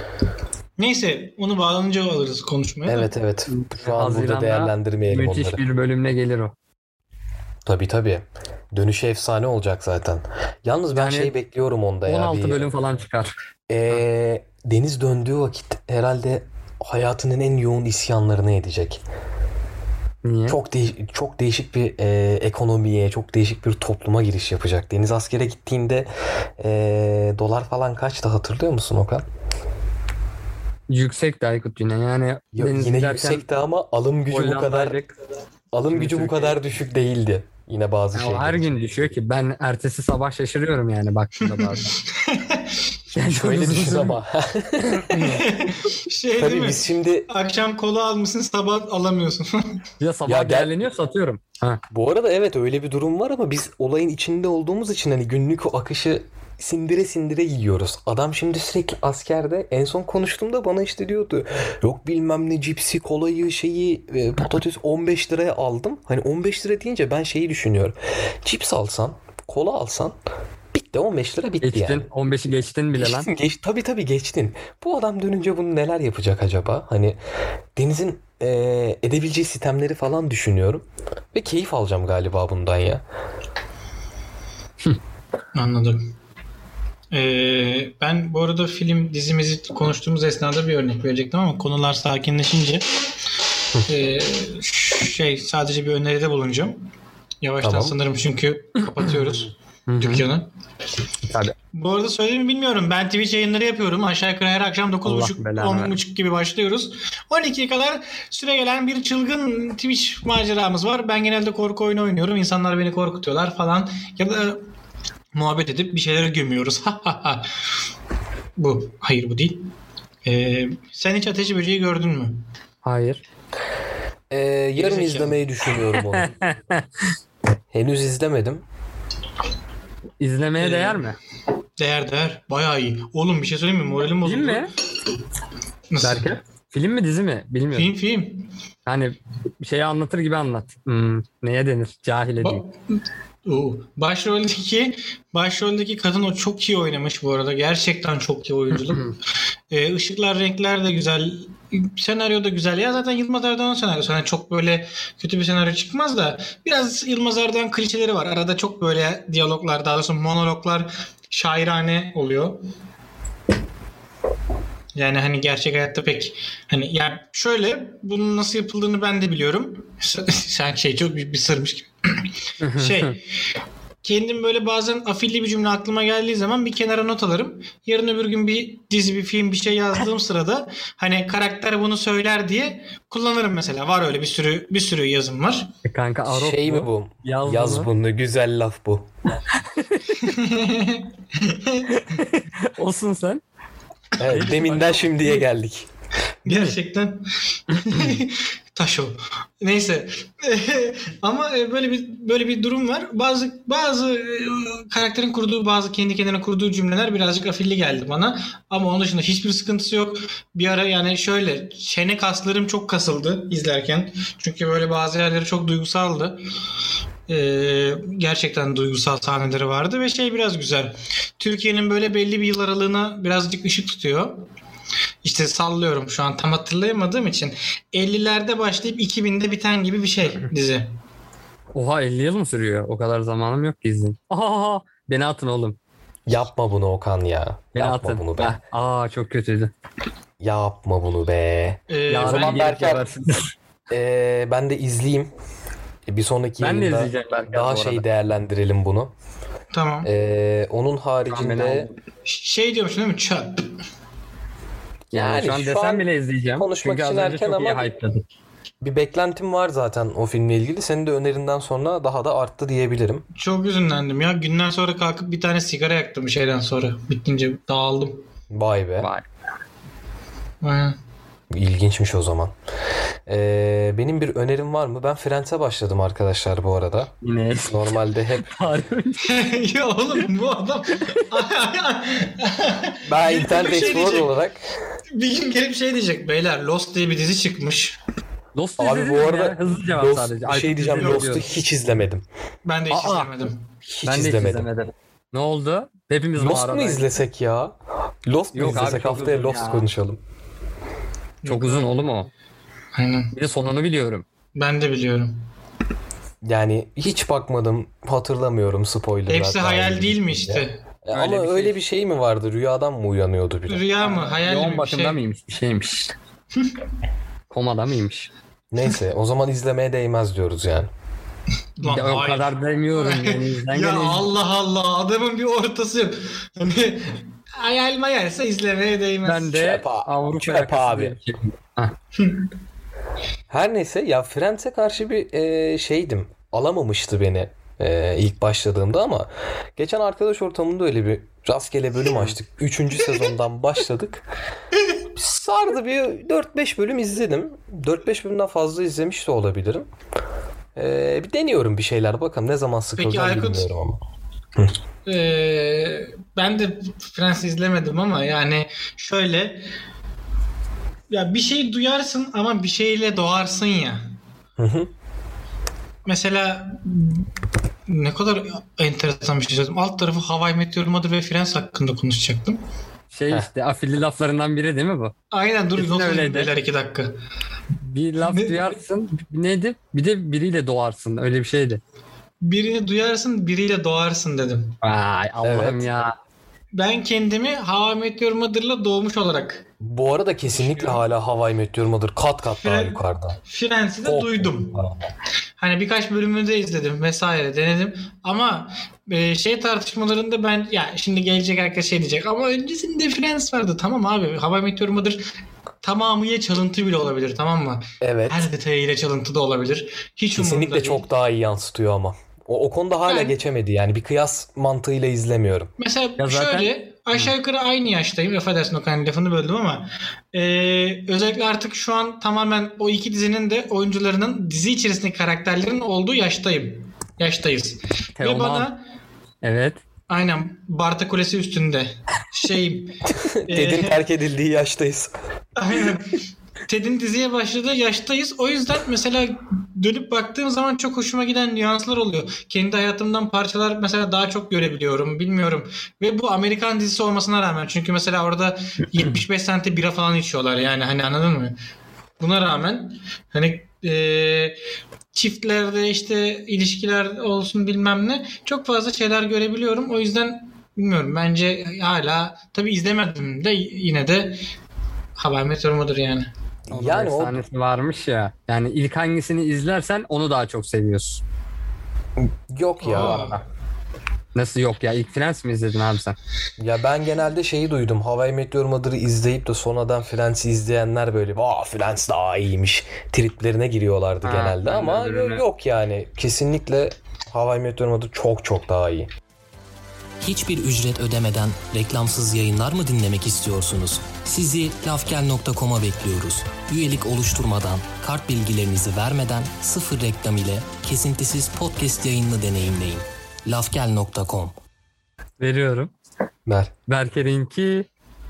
Neyse onu bağlanınca alırız konuşmaya. da. Evet evet. Şu an burada Haziran'da değerlendirmeyelim müthiş onları. bir bölümüne gelir o. Tabii tabii. Dönüşü efsane olacak zaten. Yalnız ben Yani şey bekliyorum onda ya. on altı bir- bölüm falan çıkar. Ee, Deniz döndüğü vakit herhalde hayatının en yoğun isyanlarını edecek. Niye? Çok değiş- çok değişik bir e, ekonomiye, çok değişik bir topluma giriş yapacak. Deniz askere gittiğinde e, dolar falan kaçtı hatırlıyor musun Okan? Yüksek de Aykut yine yani. Yok, Deniz yine giderken yüksekti ama alım gücü bu kadar Hollanda'yla- alım Şimdi gücü bu Türkiye- kadar düşük değildi. Yine bazı Yani o şeyler. her gün düşüyor ki ben ertesi sabah şaşırıyorum yani baktığımda bazen. Yani çok Şöyle uzun düşün süre- ama. Şey değil Tabii mi? biz şimdi Akşam kola almışsın sabah alamıyorsun. Ya sabah Ya gel- değerleniyor satıyorum. Ha. bu arada evet öyle bir durum var ama biz olayın içinde olduğumuz için hani günlük o akışı sindire sindire yiyoruz. Adam şimdi sürekli askerde en son konuştuğumda bana işte diyordu. Yok bilmem ne cipsi, kolayı, şeyi, e, patates on beş liraya aldım. Hani on beş lira deyince ben şeyi düşünüyorum. Cips alsan, kola alsan bitti on beş lira bitti Geçtin. yani. on beşi geçtin bile lan. Geçtin, geç, tabii tabii geçtin. Bu adam dönünce bunu neler yapacak acaba? Hani Deniz'in e, edebileceği sistemleri falan düşünüyorum. Ve keyif alacağım galiba bundan ya. Anladım. Ee, ben bu arada film dizimizi konuştuğumuz esnada bir örnek verecektim ama konular sakinleşince e, şey sadece bir öneride bulunacağım. Yavaştan Tamam. sanırım çünkü kapatıyoruz Hı hı. dükkanı. Tabii. Bu arada söylediğimi bilmiyorum. Ben Twitch yayınları yapıyorum. Aşağı yukarı her akşam dokuz buçuk on buçuk gibi başlıyoruz. on ikiye kadar süre gelen bir çılgın Twitch maceramız var. Ben genelde korku oyunu oynuyorum. İnsanlar beni korkutuyorlar falan. Ya da muhabbet edip bir şeylere gömüyoruz. Bu. Hayır bu değil. Ee, sen hiç Ateşi Böceği gördün mü? Hayır. Ee, yarın izlemeyi düşünüyorum onu. Henüz izlemedim. İzlemeye Ee, değer mi? Değer değer. Bayağı iyi. Oğlum bir şey söyleyeyim mi? Moralim bozuldu. Film mi? Nasıl? Derken? Film mi dizi mi? Bilmiyorum. Film film. Hani bir şeyi anlatır gibi anlat. Hmm, neye denir? Cahile diyeyim. Oo. Başroldeki başroldeki kadın o çok iyi oynamış bu arada. Gerçekten çok iyi oyunculuk. ee, ışıklar, renkler de güzel. Senaryo da güzel. Ya zaten Yılmaz Erdoğan senaryosu. Hani çok böyle kötü bir senaryo çıkmaz da biraz Yılmaz Erdoğan klişeleri var. Arada çok böyle diyaloglar, daha doğrusu monologlar şairane oluyor. Yani hani gerçek hayatta pek hani yani şöyle bunun nasıl yapıldığını ben de biliyorum. Sen şey çok bir, bir sırmış gibi. şey kendim böyle bazen afilli bir cümle aklıma geldiği zaman bir kenara not alırım. Yarın öbür gün bir dizi, bir film, bir şey yazdığım sırada hani karakter bunu söyler diye kullanırım mesela. Var öyle bir sürü bir sürü yazım var. E kanka Arok Şey bu. mi bu? Yaz, Yaz bunu. bunu. Güzel laf bu. Olsun sen. Evet, deminden şimdiye geldik. Gerçekten taş o. Neyse. Ama böyle bir böyle bir durum var. Bazı bazı karakterin kurduğu, bazı kendi kendine kurduğu cümleler birazcık afilli geldi bana. Ama onun dışında hiçbir sıkıntısı yok. Bir ara yani şöyle çene kaslarım çok kasıldı izlerken. Çünkü böyle bazı yerleri çok duygusaldı. Ee, gerçekten duygusal sahneleri vardı ve şey biraz güzel. Türkiye'nin böyle belli bir yıl aralığına birazcık ışık tutuyor. İşte sallıyorum şu an tam hatırlayamadığım için ellilerde başlayıp iki binde biten gibi bir şey dizi. Oha elli yıl mı sürüyor? O kadar zamanım yok ki izleyeyim. Aa, beni atın oğlum. Yapma bunu Okan ya. Beni Yapma atın. bunu be. Heh, aa çok kötüydü. Yapma bunu be. Ee, Yarın o zaman gelip Berker- yaparsınız. Ee, ben de izleyeyim. Bir sonraki Ben de yayında izleyeceğim Berker bu daha arada. şey değerlendirelim bunu. tamam. Ee, onun Şu an beni haricinde aldı. Şey diyormuşsun değil mi? Çöp. Yani, yani şu an şu desem an bile izleyeceğim. konuşmak Çünkü için az önce erken çok iyi ama- hype'ladım. bir beklentim var zaten o filmle ilgili. Senin de önerinden sonra daha da arttı diyebilirim. Çok üzünlendim ya. Günden sonra kalkıp bir tane sigara yaktım şeyden sonra. Bitince dağıldım. Vay be. Vay. Aynen. İlginçmiş o zaman. Ee, benim bir önerim var mı? Ben Friends'e başladım arkadaşlar bu arada. Yine Normalde hep ya oğlum bu adam ben Bir internet şey explorer diyecek. olarak bir gün gelip şey diyecek. Beyler Lost diye bir dizi çıkmış. Lost abi izlediniz bu mi arada ya? Hızlı cevap Lost, sadece. bir şey Aykut diyeceğim. izledi Lost'u diyor. hiç izlemedim. Ben de hiç Aa. izlemedim. Hiç Ben de hiç izlemedim. izlemedim. Ne oldu? Hepimiz Lost mu mağaradaydık. izlesek ya? Lost mu Yok abi, izlesek? çok Haftaya uzun Lost ya. konuşalım. Çok uzun oğlum o. Aynen. Bir de sonunu biliyorum. Ben de biliyorum. Yani hiç bakmadım, hatırlamıyorum spoilerlar. Hepsi daha hayal iyi değil mi diye. işte? E, Öyle Ama bir şey. öyle bir şey mi vardı? Rüyadan mı uyanıyordu biri? Rüya mı? Hayal mi? Yoğun Bir bakımda şey. mıymış? Bir şeymiş. Komada mıymış? Neyse o zaman izlemeye değmez diyoruz yani. Lan, Ya, o hayır. kadar demiyorum yani. Sen Ya gene- Allah Allah adamın bir ortası yok. Hani hayal mayalse izlemeye değmez. Ben de Çöp a- Avrupa çöp yakası abi. diye bir şey. Hah. Her neyse ya Friends'e karşı bir e, şeydim. Alamamıştı beni e, ilk başladığımda ama geçen arkadaş ortamında öyle bir rastgele bölüm açtık. Üçüncü sezondan başladık. Sardı bir dört beş bölüm izledim. dört beş bölümden fazla izlemiş de olabilirim. E, bir deniyorum bir şeyler bakalım ne zaman sıkılacağım Aykut? bilmiyorum ama. Ee, ben de Friends izlemedim ama yani şöyle ya bir şey duyarsın ama bir şeyle doğarsın ya. Hı hı. Mesela ne kadar enteresan bir şey söyledim. Alt tarafı How I Met Your Mother ve Friends hakkında konuşacaktım. Şey Heh. işte afilli laflarından biri değil mi bu? Aynen dur Kesin not alayım öyleydi. beyler iki dakika. Bir laf Ne- duyarsın. Neydi? Bir de biriyle doğarsın. Öyle bir şeydi. Birini duyarsın biriyle doğarsın dedim. Vay Allah'ım Evet. ya. Ben kendimi How I Met Your Mother'la doğmuş olarak Bu arada kesinlikle hala How I Met Your Mother kat kat daha Fren- yukarıda. Friends'i de Çok duydum. yukarıda. Hani birkaç bölümünü de izledim vesaire denedim ama e, şey tartışmalarında ben ya şimdi gelecek herkes şey diyecek ama öncesinde Friends vardı. Tamam abi, How I Met Your Mother tamamıyla çalıntı bile olabilir, tamam mı? Evet. Her detayıyla çalıntı da olabilir. Hiç Kesinlikle çok değil. daha iyi yansıtıyor ama. O, o konuda hala Yani, geçemedi yani. Bir kıyas mantığıyla izlemiyorum. Mesela Ya zaten... şöyle aşağı yukarı aynı yaştayım. Affedersin Okan, lafını böldüm ama e, özellikle artık şu an tamamen o iki dizinin de oyuncularının dizi içerisindeki karakterlerin olduğu yaştayım. Yaştayız. Teoman. Ve bana evet. aynen Barta Kulesi üstünde şey Ted'in e, terk edildiği yaştayız. Aynen. Ted'in diziye başladığı yaştayız. O yüzden mesela dönüp baktığım zaman çok hoşuma giden nüanslar oluyor. Kendi hayatımdan parçalar mesela daha çok görebiliyorum. Bilmiyorum. Ve bu Amerikan dizisi olmasına rağmen. Çünkü mesela orada yetmiş beş sente bira falan içiyorlar. Yani hani anladın mı? Buna rağmen hani e, çiftlerde işte ilişkiler olsun bilmem ne çok fazla şeyler görebiliyorum. O yüzden bilmiyorum. Bence hala tabii izlemedim de yine de How I Met Your Mother yani. Onun yani o varmış ya. Yani ilk hangisini izlersen onu daha çok seviyorsun. Yok ya. Aa. Nasıl yok ya? İlk Friends mi izledin abi sen? Ya ben genelde şeyi duydum. How I Met Your Mother'ı izleyip de sonradan Friends'i izleyenler böyle "Aa, Friends daha iyiymiş" triplerine giriyorlardı ha, genelde ama öbürüne... yok yani. Kesinlikle How I Met Your Mother çok çok daha iyi. Hiçbir ücret ödemeden reklamsız yayınlar mı dinlemek istiyorsunuz? Sizi lafgel nokta com'a bekliyoruz. Üyelik oluşturmadan, kart bilgilerinizi vermeden sıfır reklam ile kesintisiz podcast yayınını deneyimleyin. lafgel nokta com. Veriyorum. Ver. Berker'inki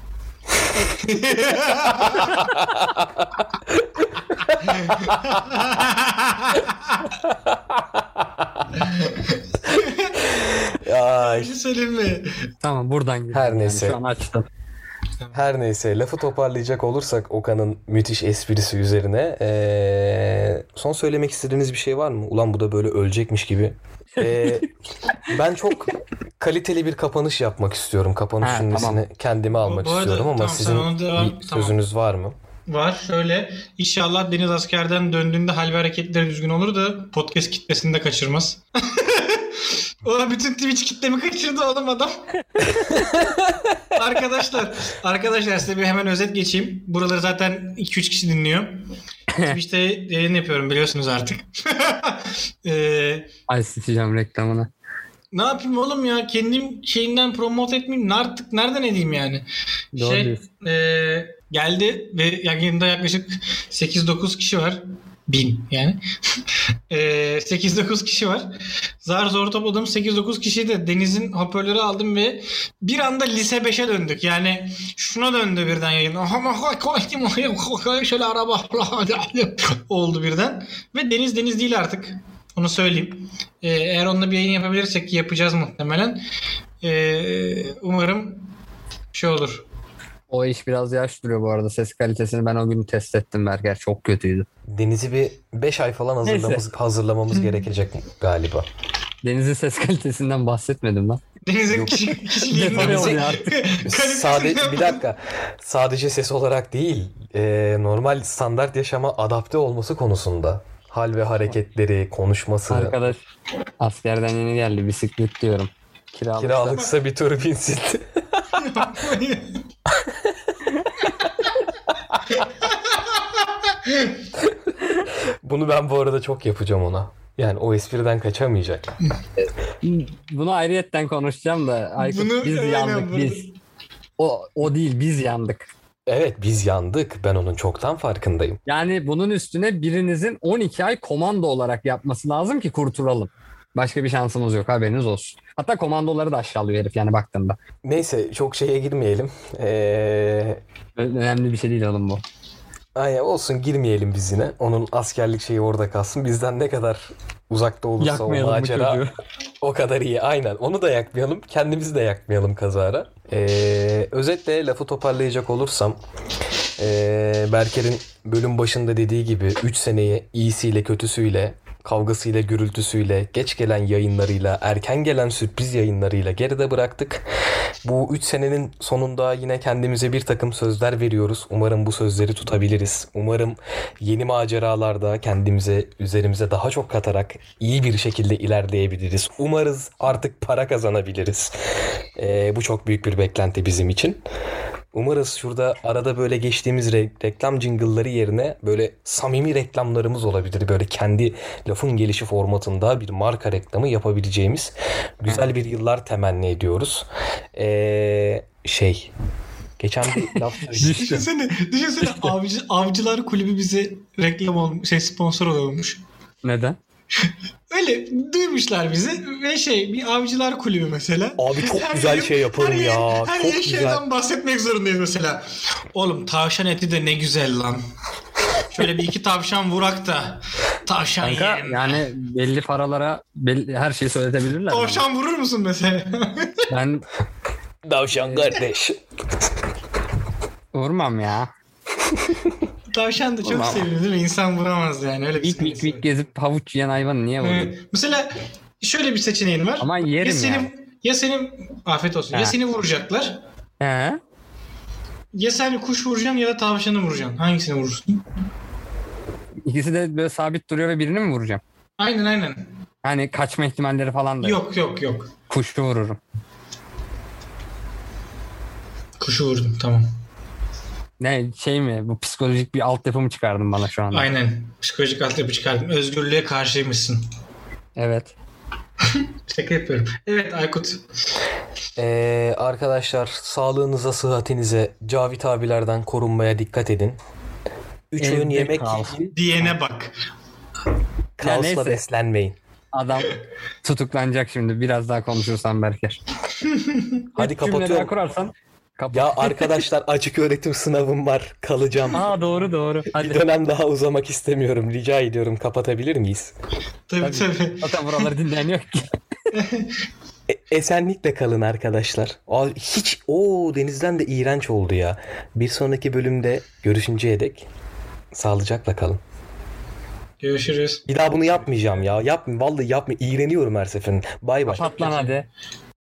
Ya Bir şey söyleyeyim mi? tamam buradan gidelim. Her yani. neyse. Şu an açtım. Her neyse lafı toparlayacak olursak Okan'ın müthiş esprisi üzerine ee, son söylemek istediğiniz bir şey var mı? Ulan bu da böyle ölecekmiş gibi. Ee, ben çok kaliteli bir kapanış yapmak istiyorum. Kapanış Ha, cümlesini tamam. kendime almak Bu arada, istiyorum ama tamam, sizin sen devam, bir tamam. sözünüz var mı? Var şöyle. İnşallah Deniz askerden döndüğünde hal ve hareketleri düzgün olur da podcast kitlesini de kaçırmaz. O bütün Twitch kitlemi kaçırdı oğlum adam. Arkadaşlar, arkadaşlar size bir hemen özet geçeyim. Buraları zaten iki üç kişi dinliyor. Twitch'te yayın yapıyorum biliyorsunuz artık. ee, Ay sıçacağım reklamını. Ne yapayım oğlum ya? Kendim şeyinden promote etmeyeyim. Artık nereden edeyim yani? Doğru şey diyorsun. e, geldi ve yayında yaklaşık sekiz dokuz kişi var. Bin yani. e, sekiz dokuz kişi var. Zar zor topladım. sekiz dokuz kişi de Deniz'in hoparlörü aldım ve bir anda lise beşe döndük. Yani şuna döndü birden yayın. Şöyle araba oldu birden. Ve Deniz Deniz değil artık. Onu söyleyeyim. Ee, eğer onunla bir yayın yapabilirsek ki yapacağız muhtemelen. Ee, umarım şey olur. O iş biraz yaş duruyor bu arada. Ses kalitesini ben o gün test ettim Berker. Çok kötüydü. Deniz'i bir beş ay falan hazırlamamız, hazırlamamız gerekecek galiba. Deniz'in ses kalitesinden bahsetmedim lan. Deniz'in kişi, kişiliğinden Sadece bir dakika. Sadece ses olarak değil, e, normal standart yaşama adapte olması konusunda. Hal ve hareketleri, konuşması. Arkadaş askerden yeni geldi. Bisiklet diyorum. Kiralıksa, Kiralıksa bir tur binsin. Bunu ben bu arada çok yapacağım ona. Yani o espriden kaçamayacak. Bunu ayrıyetten konuşacağım da Aykut, Bunu, biz yandık bunu. biz. O, o değil biz yandık. Evet biz yandık. Ben onun çoktan farkındayım. Yani bunun üstüne birinizin on iki ay komando olarak yapması lazım ki kurtulalım. Başka bir şansımız yok, haberiniz olsun. Hatta komandoları da aşağılıyor herif yani baktığında. Neyse çok şeye girmeyelim. Ee... Önemli bir şey değil oğlum bu. Aynen olsun, girmeyelim biz yine. Onun askerlik şeyi orada kalsın. Bizden ne kadar uzakta olursa Yakmayalım o macera o kadar iyi. Aynen onu da yakmayalım. Kendimizi de yakmayalım kazara. Ee, özetle lafı toparlayacak olursam ee, Berker'in bölüm başında dediği gibi üç seneyi iyisiyle kötüsüyle kavgasıyla, gürültüsüyle, geç gelen yayınlarıyla, erken gelen sürpriz yayınlarıyla geride bıraktık. Bu üç senenin sonunda yine kendimize bir takım sözler veriyoruz. Umarım bu sözleri tutabiliriz. Umarım yeni maceralarda kendimize, üzerimize daha çok katarak iyi bir şekilde ilerleyebiliriz. Umarız artık para kazanabiliriz. Ee, bu çok büyük bir beklenti bizim için. Umarız şurada arada böyle geçtiğimiz re- reklam jingle'ları yerine böyle samimi reklamlarımız olabilir. Böyle kendi lafın gelişi formatında bir marka reklamı yapabileceğimiz güzel bir yıllar temenni ediyoruz. Ee, şey... Geçen bir laf söyledim. Düşünsene, düşünsene avcı, avcılar kulübü bize reklam olmuş, şey sponsor olmuş. Neden? Öyle duymuşlar bizi ve şey bir avcılar kulübü mesela. Abi çok Her güzel yıl- şey yaparım her yıl- ya. Her Çok yıl güzel. şeyden bahsetmek zorundayız mesela. Oğlum tavşan eti de ne güzel lan. Şöyle bir iki tavşan vurak da tavşan Kanka yiyelim. yani belli paralara belli, her şeyi söyletebilirler. Tavşan vurur musun mesela? Ben Tavşan kardeş. vurmam ya. Tavşan da çok Ulan. seviyor değil mi? İnsan vuramaz yani öyle bir Vik vik sıkıntısı var. vik gezip havuç yiyen hayvanı niye vuruyor? Evet. Mesela şöyle bir seçeneğin var. Ama yerim ya senin, yani. ya senin afiyet olsun. Ha. Ya seni vuracaklar. He? Ya sen kuş vuracaksın ya da tavşanı vuracaksın. Hangisini vurursun? İkisi de böyle sabit duruyor ve birini mi vuracağım? Aynen aynen. Hani kaçma ihtimalleri falan da. Yok yok yok. Kuşu vururum. Kuşu vurdum tamam. Ne şey mi? Bu psikolojik bir altyapı mı çıkardın bana şu anda? Aynen. Psikolojik altyapı çıkardım. Özgürlüğe karşıymışsın. Evet. Şaka yapıyorum. Evet Aykut. Ee, arkadaşlar sağlığınıza, sıhhatinize, Cavit abilerden korunmaya dikkat edin. Üç Evde öğün yemek kal. yiyin. Diyene bak. Kaosla neyse. beslenmeyin. Adam tutuklanacak şimdi. Biraz daha konuşursan Berker. Hadi Üç cümle kapatıyorum. daha kurarsan kapat. Ya arkadaşlar açık öğretim sınavım var. Kalacağım. Aa doğru doğru. Bir Hadi. dönem daha uzamak istemiyorum. Rica ediyorum, kapatabilir miyiz? Tabii tabii. Zaten buraları dinleyen yok ki. E- esenlikle kalın arkadaşlar. Aa, hiç o denizden de iğrenç oldu ya. Bir sonraki bölümde görüşünceye dek sağlıcakla kalın. Görüşürüz. Bir daha bunu yapmayacağım ya. Yapmayayım. Vallahi yapmayayım. İğreniyorum her seferinde. Bay bay. Kapat lan hadi.